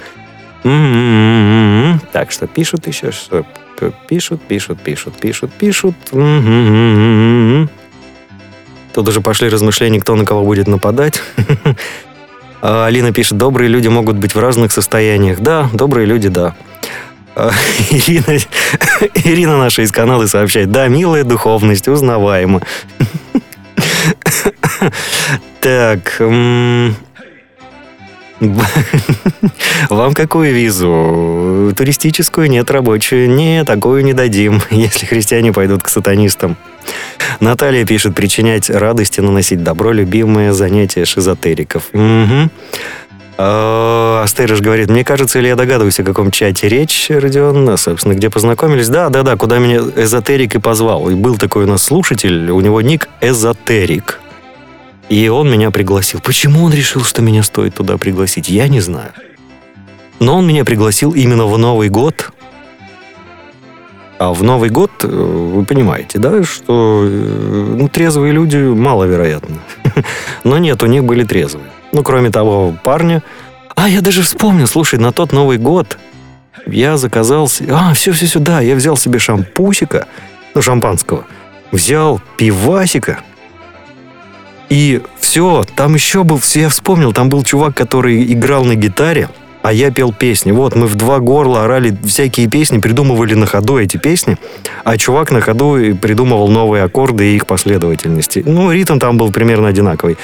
Так, что пишут еще, что пишут. Тут уже пошли размышления, кто на кого будет нападать. Алина пишет, добрые люди могут быть в разных состояниях. Да, добрые люди, да. Ирина наша из Канады сообщает, да, милая духовность, узнаваемо. Так, вам какую визу? Туристическую? Нет, рабочую? Нет, такую не дадим, если христиане пойдут к сатанистам. Наталья пишет, причинять радость и наносить добро – любимое занятие шизотериков. Угу. Астерыш говорит, мне кажется, или я догадываюсь, о каком чате речь, Родион, собственно, где познакомились. Да, куда меня эзотерик и позвал. И был такой у нас слушатель, у него ник эзотерик. И он меня пригласил. Почему он решил, что меня стоит туда пригласить, я не знаю. Но он меня пригласил именно в Новый год. А в Новый год, вы понимаете, да, что трезвые люди маловероятно. Но нет, у них были трезвые. Кроме того парня. Я даже вспомнил, слушай, на тот Новый год я заказал... все, да, я взял себе шампусика, шампанского. Взял пивасика. И все, там еще был, я вспомнил, там был чувак, который играл на гитаре, а я пел песни. Вот, мы в 2 горла орали всякие песни, придумывали на ходу эти песни, а чувак на ходу придумывал новые аккорды и их последовательности. Ритм там был примерно одинаковый.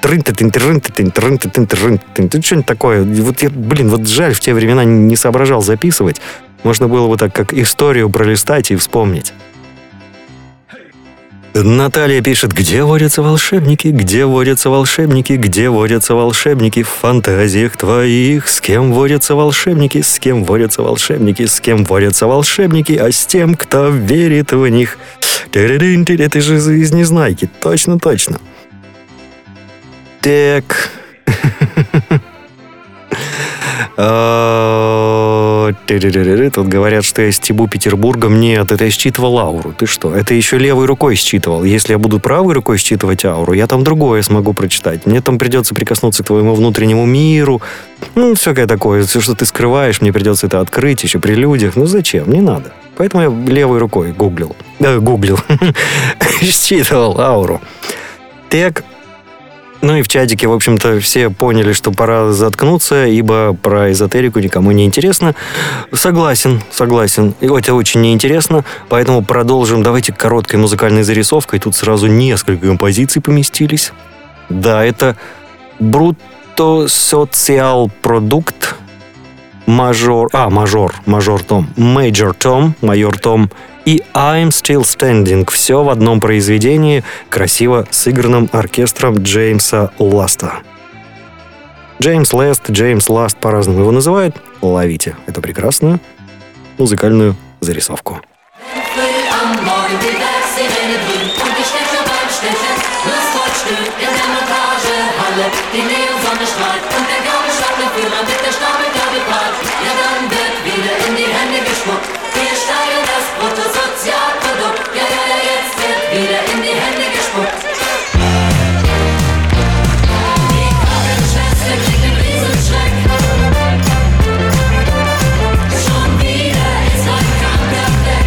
Что-нибудь такое. Вот жаль, в те времена не соображал записывать. Можно было вот так, как историю пролистать и вспомнить. Наталья пишет, где водятся волшебники, где водятся волшебники, где водятся волшебники в фантазиях твоих, с кем водятся волшебники, с кем водятся волшебники, с кем водятся волшебники, а с тем, кто верит в них. Это же из Незнайки, точно. Так. Тут говорят, что я стебу Петербургом. Нет, это я считывал ауру. Ты что? Это еще левой рукой считывал. Если я буду правой рукой считывать ауру, я там другое смогу прочитать. Мне там придется прикоснуться к твоему внутреннему миру. Всякое такое. Все, что ты скрываешь, мне придется это открыть еще при людях. Зачем? Не надо. Поэтому я левой рукой гуглил. Считывал ауру. Так, Ну и в чатике, в общем-то, все поняли, что пора заткнуться, ибо про эзотерику никому не интересно. Согласен. И это очень неинтересно, поэтому продолжим. Давайте короткой музыкальной зарисовкой. Тут сразу несколько композиций поместились. Да, это брутто-социал-продукт, Major Tom и I'm Still Standing. Все в одном произведении, красиво сыгранном оркестром Джеймса Ласта. Джеймс Ласт, по-разному его называют. Ловите эту прекрасную музыкальную зарисовку. Die Neonsonne strahlt und der Gabelstaplerführer mit der Stapelgabel prahlt. Ja, dann wird wieder in die Hände gespuckt. Wir steigern das Bruttosozialprodukt. Ja, jetzt wird wieder in die Hände gespuckt. Die Krankenschwester kriegt den Riesenschreck. Schon wieder ist ein kranker Fleck.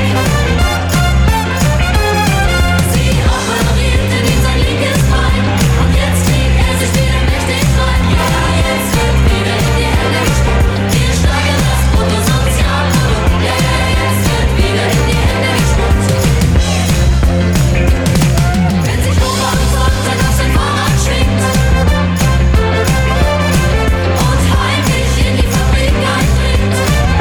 Sie operiert in ihm sein linkes Bein und jetzt kriegt er sich wieder mächtig rein. Ja, jetzt wird wieder in die Hände gespuckt. Wir steigern das Bruttosozialprodukt. Ja, jetzt wird wieder in die Hände gespuckt. Wenn sich Oberhand Sonntag auf sein Fahrrad schwingt und heimlich in die Fabrik eindringt,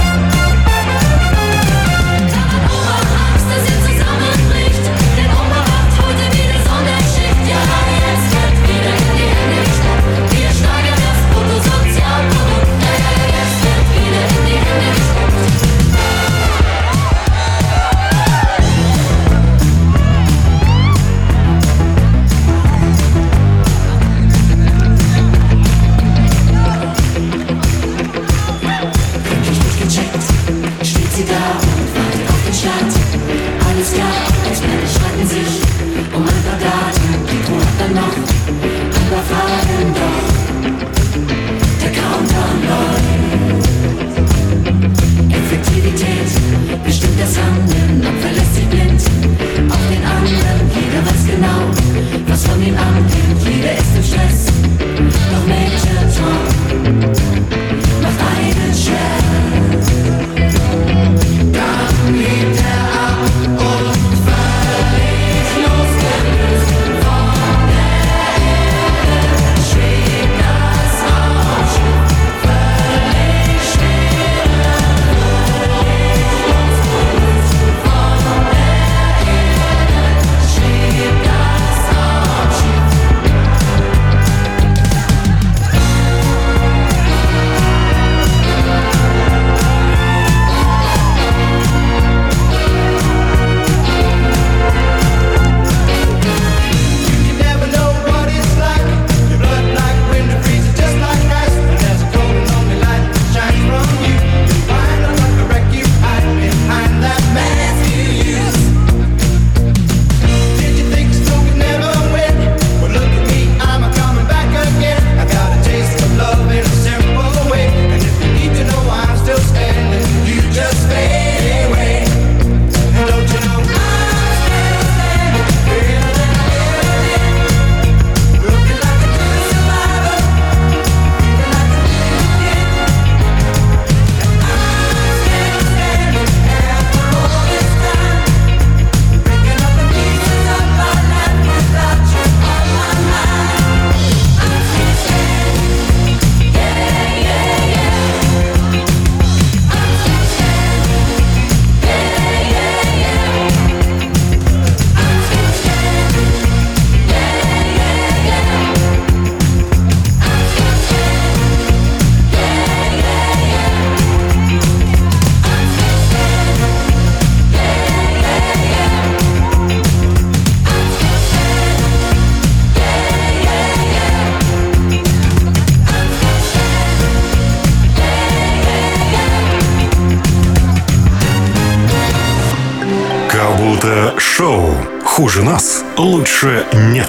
dann hat Oberhand Angst, dass er zusammenbricht, denn Oberhand heute wieder Sonderschicht. Ja, jetzt wird wieder in die Hände gespuckt. Wir steigern das Bruttosozialprodukt. Ja, jetzt wird wieder in die Hände gespuckt. Wirklich nicht gecheckt, steht sie da und wartet auf den Start. Alles klar, Experten streiten sich um ein paar Daten. Die Crew hat dann noch ein paar Fragen, doch der Countdown läuft. Effektivität bestimmt das Handeln und verlässt sich blind auf den anderen. Jeder weiß genau, was von ihm abhängt. Jeder ist im Stress, doch Major Tom macht einen Chef. Dann hebt er ab und völlig losgelöst von der Erde schwebt das Raumschiff. Völlig schwerelos losgelöst von der Erde schwebt das Raumschiff. You never know what it's like. Your blood like winter freezes just like ice. But there's a cold and lonely light that shines from you. You find a like a wreck you hide behind that mask you use. Did you think so could never win? Well, look at me, I'm a coming back again. I got a taste of love in a simple way. And if you need to know why I'm still standing, you just fade away. And don't you know I'm still standing, better than I ever did. Looking like a true survivor, feeling like a real kid. I'm still standing after all this time, picking up the pieces of my life without you on my mind. I'm still standing, yeah. I'm still standing, yeah. I'm still standing, yeah. I'm still Как-будто шоу. Хуже нас лучше нет.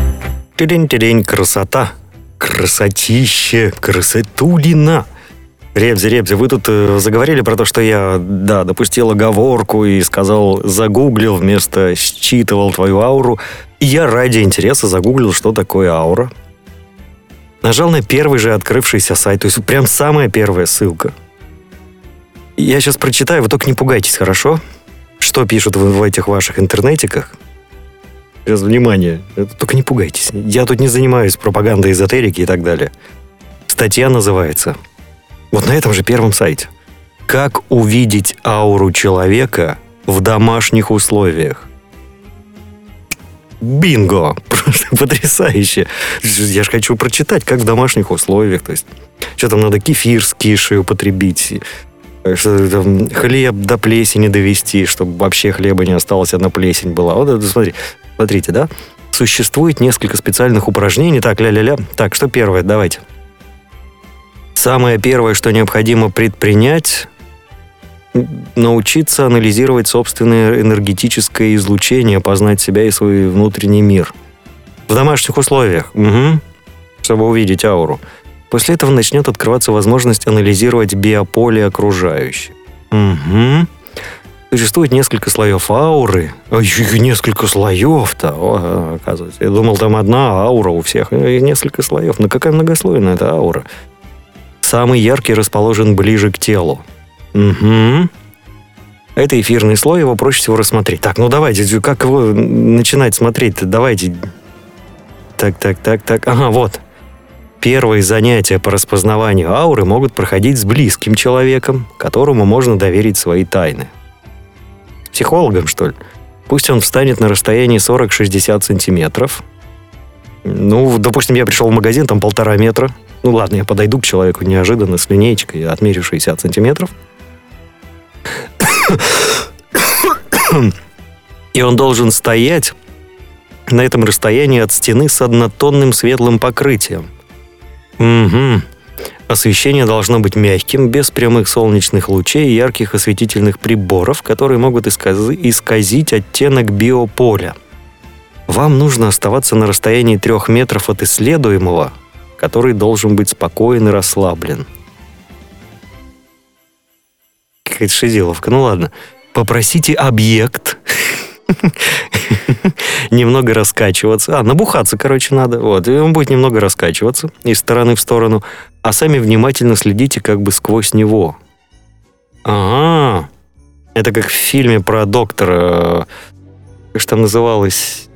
Тидень-тидень, красота. Красотище, красотулина. Ребзи, вы тут заговорили про то, что я, допустил оговорку и сказал, загуглил вместо считывал твою ауру. И я ради интереса загуглил, что такое аура. Нажал на первый же открывшийся сайт, то есть прям самая первая ссылка. Я сейчас прочитаю, вы только не пугайтесь, хорошо? Что пишут в этих ваших интернетиках? Сейчас, внимание, только не пугайтесь. Я тут не занимаюсь пропагандой эзотерики и так далее. Статья называется... Вот на этом же первом сайте. Как увидеть ауру человека в домашних условиях? Бинго! Просто потрясающе. Я же хочу прочитать, как в домашних условиях. То есть, что там надо кефир с кишей употребить, что там, хлеб до плесени довести, чтобы вообще хлеба не осталось, одна плесень была. Вот это, смотрите, да? Существует несколько специальных упражнений. Так, ля-ля-ля. Так, что первое? Давайте. Самое первое, что необходимо предпринять, научиться анализировать собственное энергетическое излучение, познать себя и свой внутренний мир. В домашних условиях, чтобы увидеть ауру. После этого начнет открываться возможность анализировать биополе окружающих. Существует несколько слоев ауры. Несколько слоев-то, оказывается. Я думал, там одна аура у всех. Несколько слоев. Но какая многослойная эта аура? Самый яркий расположен ближе к телу. Это эфирный слой, его проще всего рассмотреть. Так, ну давайте, как его начинать смотреть-то? Давайте. Так. Ага, вот. Первые занятия по распознаванию ауры могут проходить с близким человеком, которому можно доверить свои тайны. Психологом, что ли? Пусть он встанет на расстоянии 40-60 сантиметров. Ну, допустим, я пришел в магазин, там 1,5 метра. Ну ладно, я подойду к человеку неожиданно с линеечкой, отмерю 60 сантиметров. И он должен стоять на этом расстоянии от стены с однотонным светлым покрытием. Освещение должно быть мягким, без прямых солнечных лучей и ярких осветительных приборов, которые могут исказить оттенок биополя. Вам нужно оставаться на расстоянии 3 метров от исследуемого, который должен быть спокоен и расслаблен. Какая-то шизиловка. Ну ладно. Попросите объект немного раскачиваться. Набухаться, короче, надо. Вот. И он будет немного раскачиваться из стороны в сторону. А сами внимательно следите как бы сквозь него. Ага. Это как в фильме про доктора. Как же там называлось?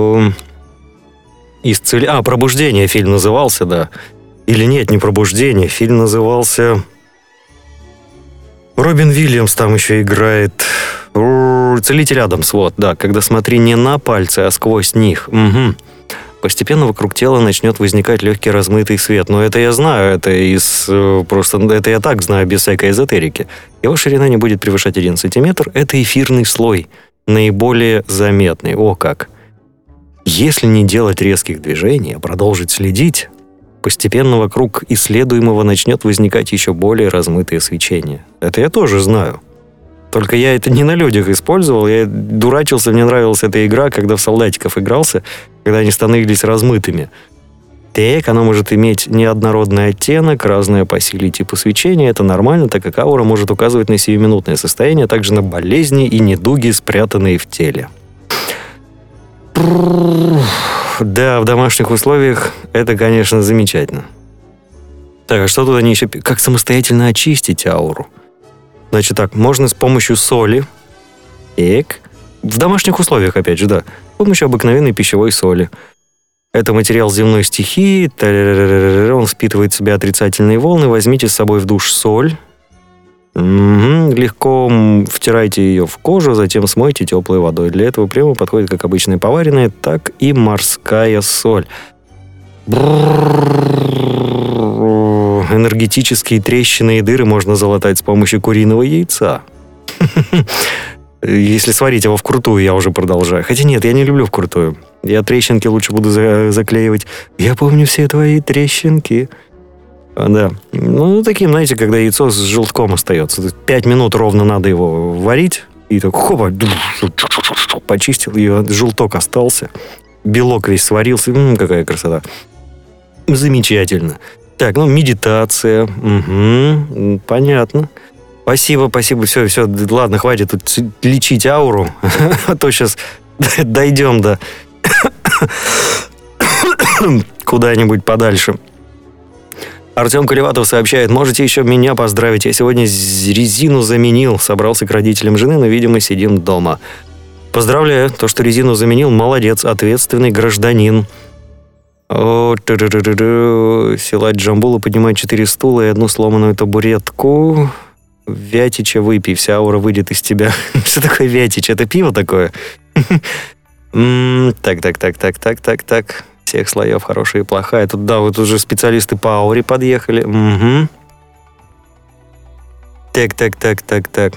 «Пробуждение» фильм назывался, да. Или нет, не «Пробуждение». Фильм назывался... Робин Уильямс там еще играет. «Целитель Адамс», вот, да. Когда смотри не на пальцы, а сквозь них. Постепенно вокруг тела начнет возникать легкий размытый свет. Но это я знаю, это я так знаю, без всякой эзотерики. Его ширина не будет превышать 1 сантиметр. Это эфирный слой, наиболее заметный. О как! Если не делать резких движений, а продолжить следить, постепенно вокруг исследуемого начнет возникать еще более размытое свечение. Это я тоже знаю. Только я это не на людях использовал, я дурачился, мне нравилась эта игра, когда в солдатиков игрался, когда они становились размытыми. Так, оно может иметь неоднородный оттенок, разное по силе и типу свечения. Это нормально, так как аура может указывать на сиюминутное состояние, а также на болезни и недуги, спрятанные в теле. Да, в домашних условиях это, конечно, замечательно. Так, а что тут они еще... Как самостоятельно очистить ауру? Значит так, можно с помощью соли. Так. В домашних условиях, опять же, да. С помощью обыкновенной пищевой соли. Это материал земной стихии. Он впитывает в себя отрицательные волны. Возьмите с собой в душ соль. Легко втирайте ее в кожу, затем смойте теплой водой. Для этого приема подходит как обычная поваренная, так и морская соль. Энергетические трещины и дыры можно залатать с помощью куриного яйца. Если сварить его вкрутую, я уже продолжаю. Хотя нет, я не люблю вкрутую. Я трещинки лучше буду заклеивать. Я помню все твои трещинки. Да. Ну, таким, знаете, когда яйцо с желтком остается. 5 минут ровно надо его варить. И так, хопа, почистил ее, желток остался. Белок весь сварился. Какая красота. Замечательно. Так, медитация. Угу, понятно. Спасибо. Все, ладно, хватит тут лечить ауру, а то сейчас дойдем до куда-нибудь подальше. Артем Колеватов сообщает: можете еще меня поздравить, я сегодня резину заменил, собрался к родителям жены, но, видимо, сидим дома. Поздравляю, то, что резину заменил, молодец, ответственный гражданин. Силач Джамбула поднимает 4 стула и 1 сломанную табуретку. Вятича выпей, вся аура выйдет из тебя. Что такое Вятич? Это пиво такое? Так. Всех слоев хорошая и плохая. Тут, да, вот уже специалисты по ауре подъехали. Угу. Так.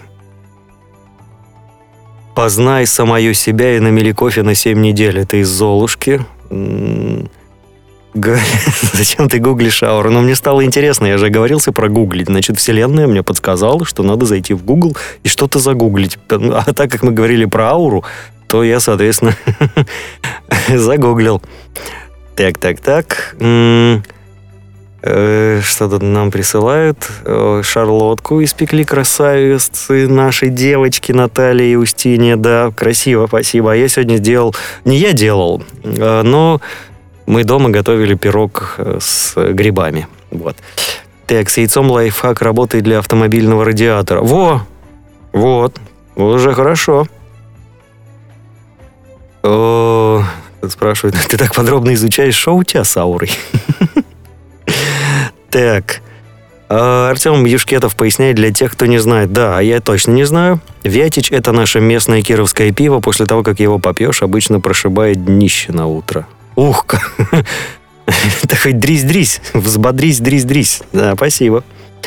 Познай самое себя и намели кофе на 7 недель. Это из Золушки. Зачем ты гуглишь ауру? Мне стало интересно, я же оговорился про гуглить. Значит, вселенная мне подсказала, что надо зайти в Google и что-то загуглить. А так как мы говорили про ауру, то я, соответственно, загуглил. Так. Что тут нам присылают? Шарлотку испекли красавицы нашей девочки Натальи и Устинья. Да, красиво, спасибо. А я сегодня сделал... Не я делал, но мы дома готовили пирог с грибами. Вот. Так, с яйцом лайфхак работает для автомобильного радиатора. Вот, уже хорошо. Спрашивают, ты так подробно изучаешь, что у тебя с аурой? Так. Артем Юшкетов поясняет для тех, кто не знает. Да, я точно не знаю. Вятич — это наше местное кировское пиво. После того, как его попьешь, обычно прошибает днище на утро. Ух, да хоть дрись-дрись, взбодрись, дрись-дрись. Да, спасибо.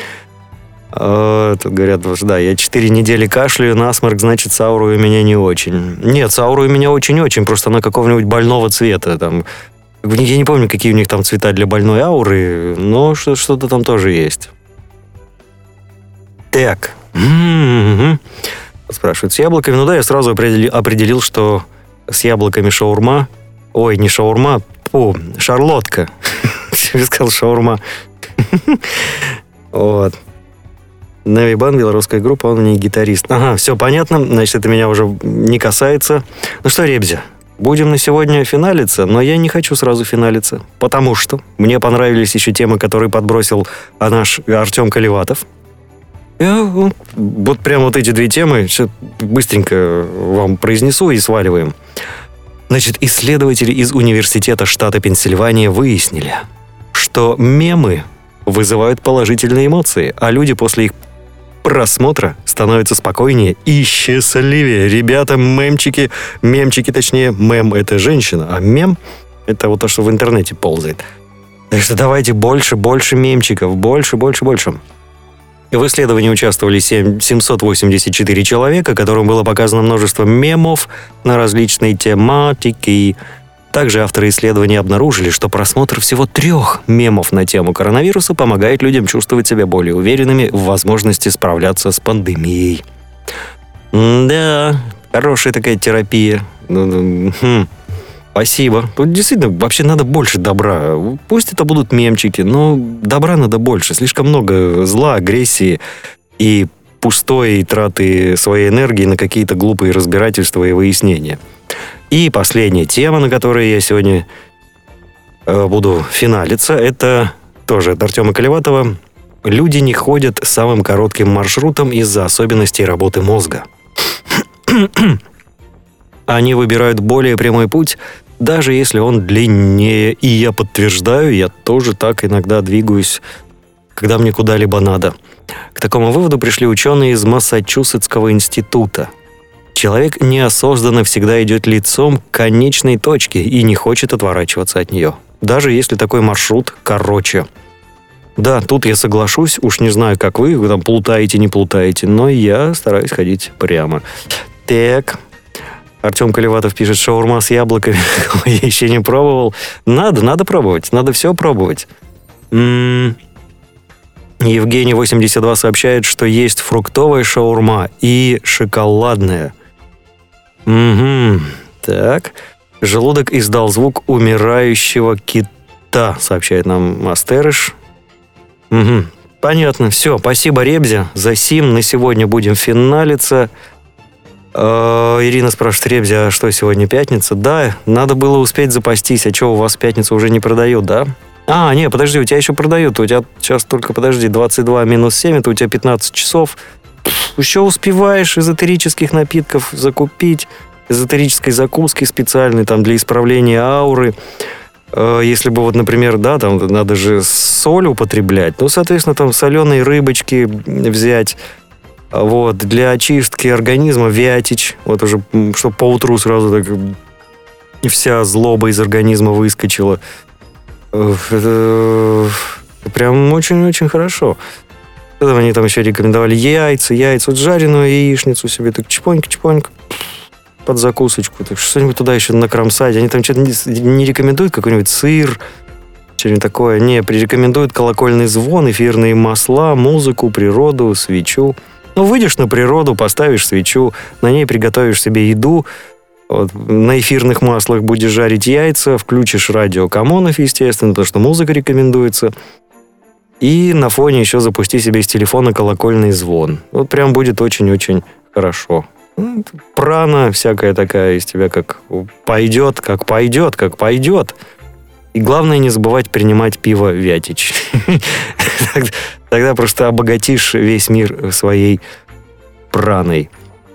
Тут говорят, да, я 4 недели кашляю, насморк, значит, с аурой у меня не очень. Нет, с аурой у меня очень-очень, просто она какого-нибудь больного цвета. Там. Я не помню, какие у них там цвета для больной ауры, но что-то там тоже есть. Так. Спрашивают, с яблоками? Ну да, я сразу определил, что с яблоками шаурма. Ой, не шаурма, шарлотка. Я сказал шаурма. Вот. Неви Бан, белорусская группа, он у них гитарист. Ага, все понятно, значит, это меня уже не касается. Ну что, ребзя, будем на сегодня финалиться, но я не хочу сразу финалиться, потому что мне понравились еще темы, которые подбросил наш Артем Колеватов. Я вот прям вот эти 2 темы сейчас быстренько вам произнесу и сваливаем. Значит, исследователи из университета штата Пенсильвания выяснили, что мемы вызывают положительные эмоции, а люди после их просмотра становятся спокойнее и счастливее. Ребята, мемчики, точнее, мем — это женщина, а мем — это вот то, что в интернете ползает. Так что давайте больше мемчиков, больше. В исследовании участвовали 784 человека, которым было показано множество мемов на различные тематики. Также авторы исследования обнаружили, что просмотр всего 3 мемов на тему коронавируса помогает людям чувствовать себя более уверенными в возможности справляться с пандемией. Да, хорошая такая терапия. Спасибо. Тут действительно вообще надо больше добра. Пусть это будут мемчики, но добра надо больше. Слишком много зла, агрессии и пустой траты своей энергии на какие-то глупые разбирательства и выяснения. И последняя тема, на которой я сегодня буду финалиться, это тоже от Артема Колеватова. Люди не ходят самым коротким маршрутом из-за особенностей работы мозга. Они выбирают более прямой путь, даже если он длиннее. И я подтверждаю, я тоже так иногда двигаюсь, когда мне куда-либо надо. К такому выводу пришли ученые из Массачусетского института. Человек неосознанно всегда идет лицом к конечной точке и не хочет отворачиваться от нее, даже если такой маршрут короче. Да, тут я соглашусь, уж не знаю, как вы там плутаете, не плутаете, но я стараюсь ходить прямо. Так, Артем Колеватов пишет, шаурма с яблоками, я еще не пробовал. Надо пробовать, надо все пробовать. Евгений 82 сообщает, что есть фруктовая шаурма и шоколадная. Так. Желудок издал звук умирающего кита, сообщает нам Мастерыш. Угу. Понятно. Все, спасибо, Ребзя. За сим на сегодня будем финалиться. Ирина спрашивает, Ребзя, а что, сегодня пятница? Да, надо было успеть запастись. А что, у вас в пятницу уже не продают, да? Не, подожди, у тебя еще продают. У тебя сейчас только, подожди, 22 минус 7, это у тебя 15 часов. Еще успеваешь эзотерических напитков закупить, эзотерической закуски специальной там для исправления ауры. Если бы, вот, например, да, там надо же соль употреблять, ну, соответственно, там соленые рыбочки взять. Вот, для очистки организма вятич, вот уже, чтобы поутру сразу так вся злоба из организма выскочила. Это прям очень-очень хорошо. Потом они там еще рекомендовали яйца, вот жареную яичницу себе, так чпонька-чпонька, под закусочку, так что-нибудь туда еще накромсать. Они там что-то не рекомендуют, какой-нибудь сыр, что-нибудь такое. Не, рекомендуют колокольный звон, эфирные масла, музыку, природу, свечу. Ну, выйдешь на природу, поставишь свечу, на ней приготовишь себе еду, вот, на эфирных маслах будешь жарить яйца, включишь радио Камонов, естественно, потому что музыка рекомендуется. И на фоне еще запусти себе из телефона колокольный звон. Вот прям будет очень-очень хорошо. Прана всякая такая из тебя как пойдет. И главное не забывать принимать пиво Вятич. Тогда просто обогатишь весь мир своей праной.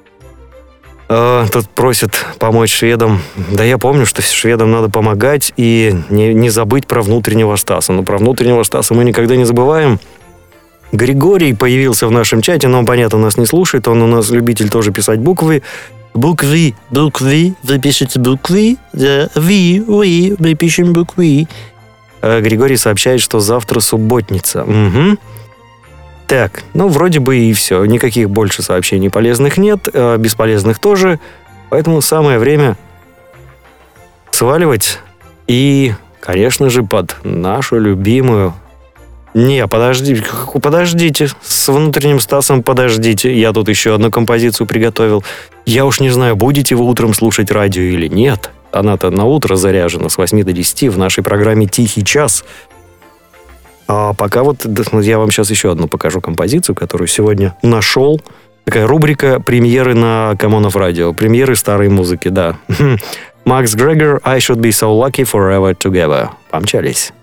Тут просят помочь шведам. Да я помню, что шведам надо помогать и не забыть про внутреннего Стаса. Но про внутреннего Стаса мы никогда не забываем. Григорий появился в нашем чате, но он, понятно, нас не слушает. Он у нас любитель тоже писать буквы. Буквы, вы пишете буквы? Да, мы пишем буквы. Григорий сообщает, что завтра субботница. Угу. Так, ну, вроде бы и все. Никаких больше сообщений полезных нет, бесполезных тоже. Поэтому самое время сваливать. И, конечно же, под нашу любимую... Не, подождите. С внутренним Стасом подождите. Я тут еще одну композицию приготовил. Я уж не знаю, будете вы утром слушать радио или нет. Она-то на утро заряжена с 8 до 10 в нашей программе «Тихий час». А пока вот я вам сейчас еще одну покажу композицию, которую сегодня нашел. Такая рубрика «Премьеры на Камонов радио». Премьеры старой музыки, да. Макс Грегор, «I should be so lucky forever together». Помчались.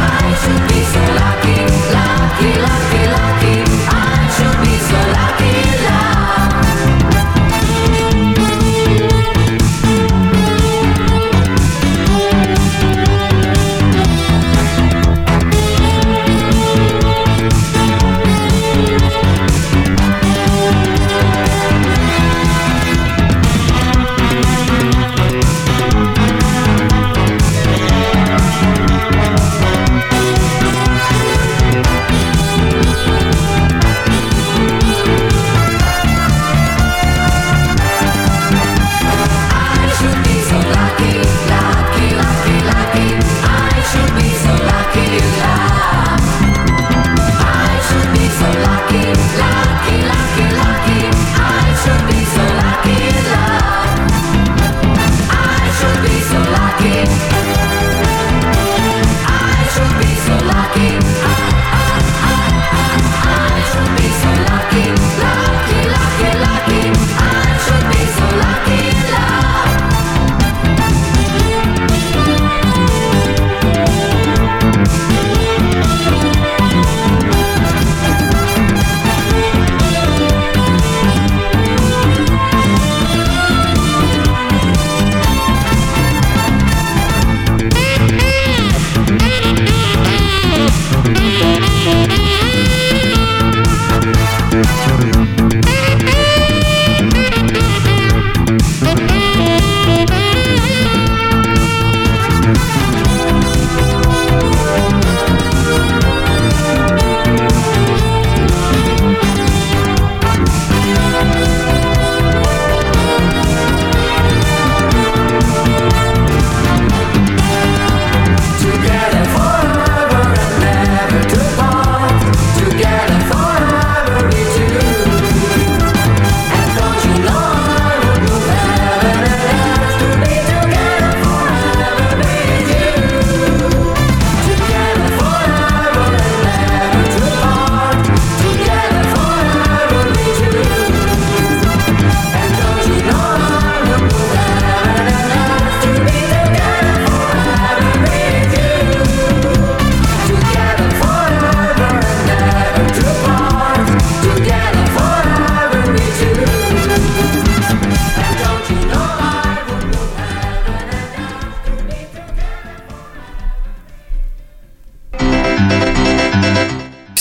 Lucky, lucky, lucky, I should be so lucky.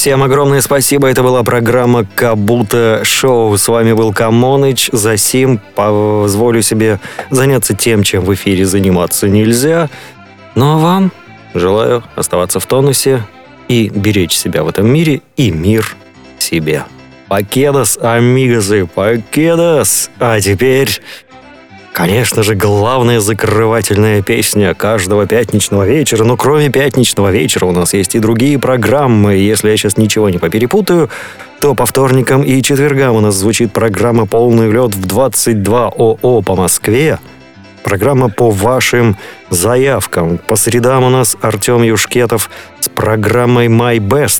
Всем огромное спасибо. Это была программа «Кабута Шоу». С вами был Камоныч. Засим позволю себе заняться тем, чем в эфире заниматься нельзя. Ну а вам желаю оставаться в тонусе и беречь себя в этом мире и мир себе. Покедос, амигосы, покедос! А теперь, конечно же, главная закрывательная песня каждого пятничного вечера. Но кроме пятничного вечера у нас есть и другие программы. Если я сейчас ничего не поперепутаю, то по вторникам и четвергам у нас звучит программа «Полный лед» в 22:00 по Москве. Программа по вашим заявкам. По средам у нас Артем Юшкетов с программой «My Best».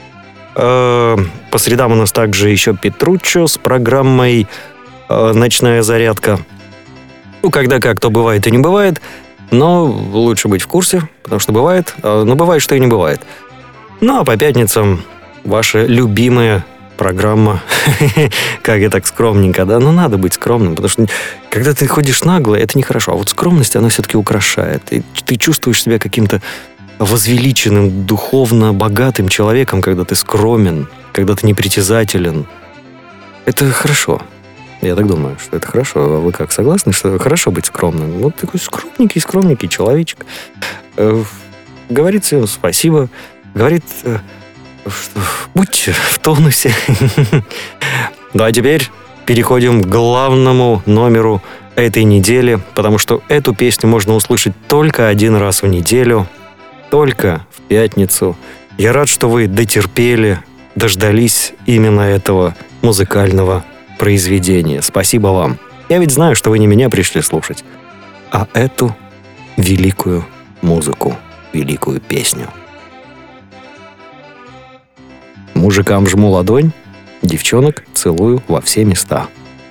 По средам у нас также еще Петруччо с программой «Ночная зарядка». Ну, когда как, то бывает и не бывает, но лучше быть в курсе, потому что бывает, но бывает, что и не бывает. Ну, а по пятницам ваша любимая программа. Как я так скромненько, да? Ну, надо быть скромным, потому что когда ты ходишь нагло, это нехорошо. А вот скромность, она все-таки украшает. И ты чувствуешь себя каким-то возвеличенным, духовно богатым человеком, когда ты скромен, когда ты непритязателен. Это хорошо. Я так думаю, что это хорошо. А вы как, согласны, что хорошо быть скромным? Вот такой скромненький человечек. Говорит всем спасибо. Говорит, что будьте в тонусе. Ну а теперь переходим к главному номеру этой недели, потому что эту песню можно услышать только один раз в неделю, только в пятницу. Я рад, что вы дотерпели, дождались именно этого музыкального произведения. Спасибо вам. Я ведь знаю, что вы не меня пришли слушать, а эту великую музыку, великую песню. Мужикам жму ладонь, девчонок целую во все места.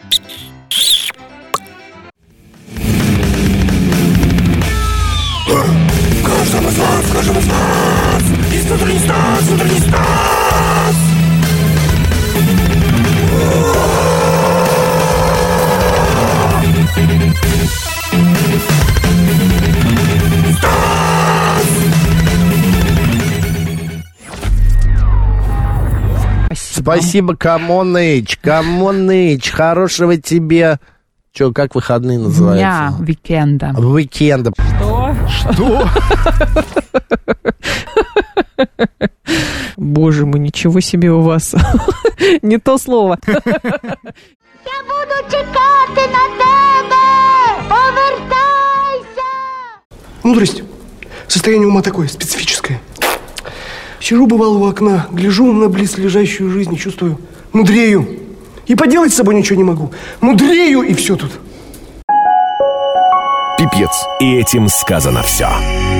Каждому из вас, из внутренней стас. Спасибо, Камоныч. Камоныч, хорошего тебе... Че, как выходные называются? Дня, уикенда. Уикенда. Что? Боже мой, ничего себе у вас. Не то слово. Я буду чекати на тебе! Повертайся! Мудрость. Состояние ума такое, специфическое. Сижу, бывало, у окна, гляжу на близлежащую жизнь и чувствую, мудрею. И поделать с собой ничего не могу. Мудрею, и все тут. Пипец. И этим сказано все.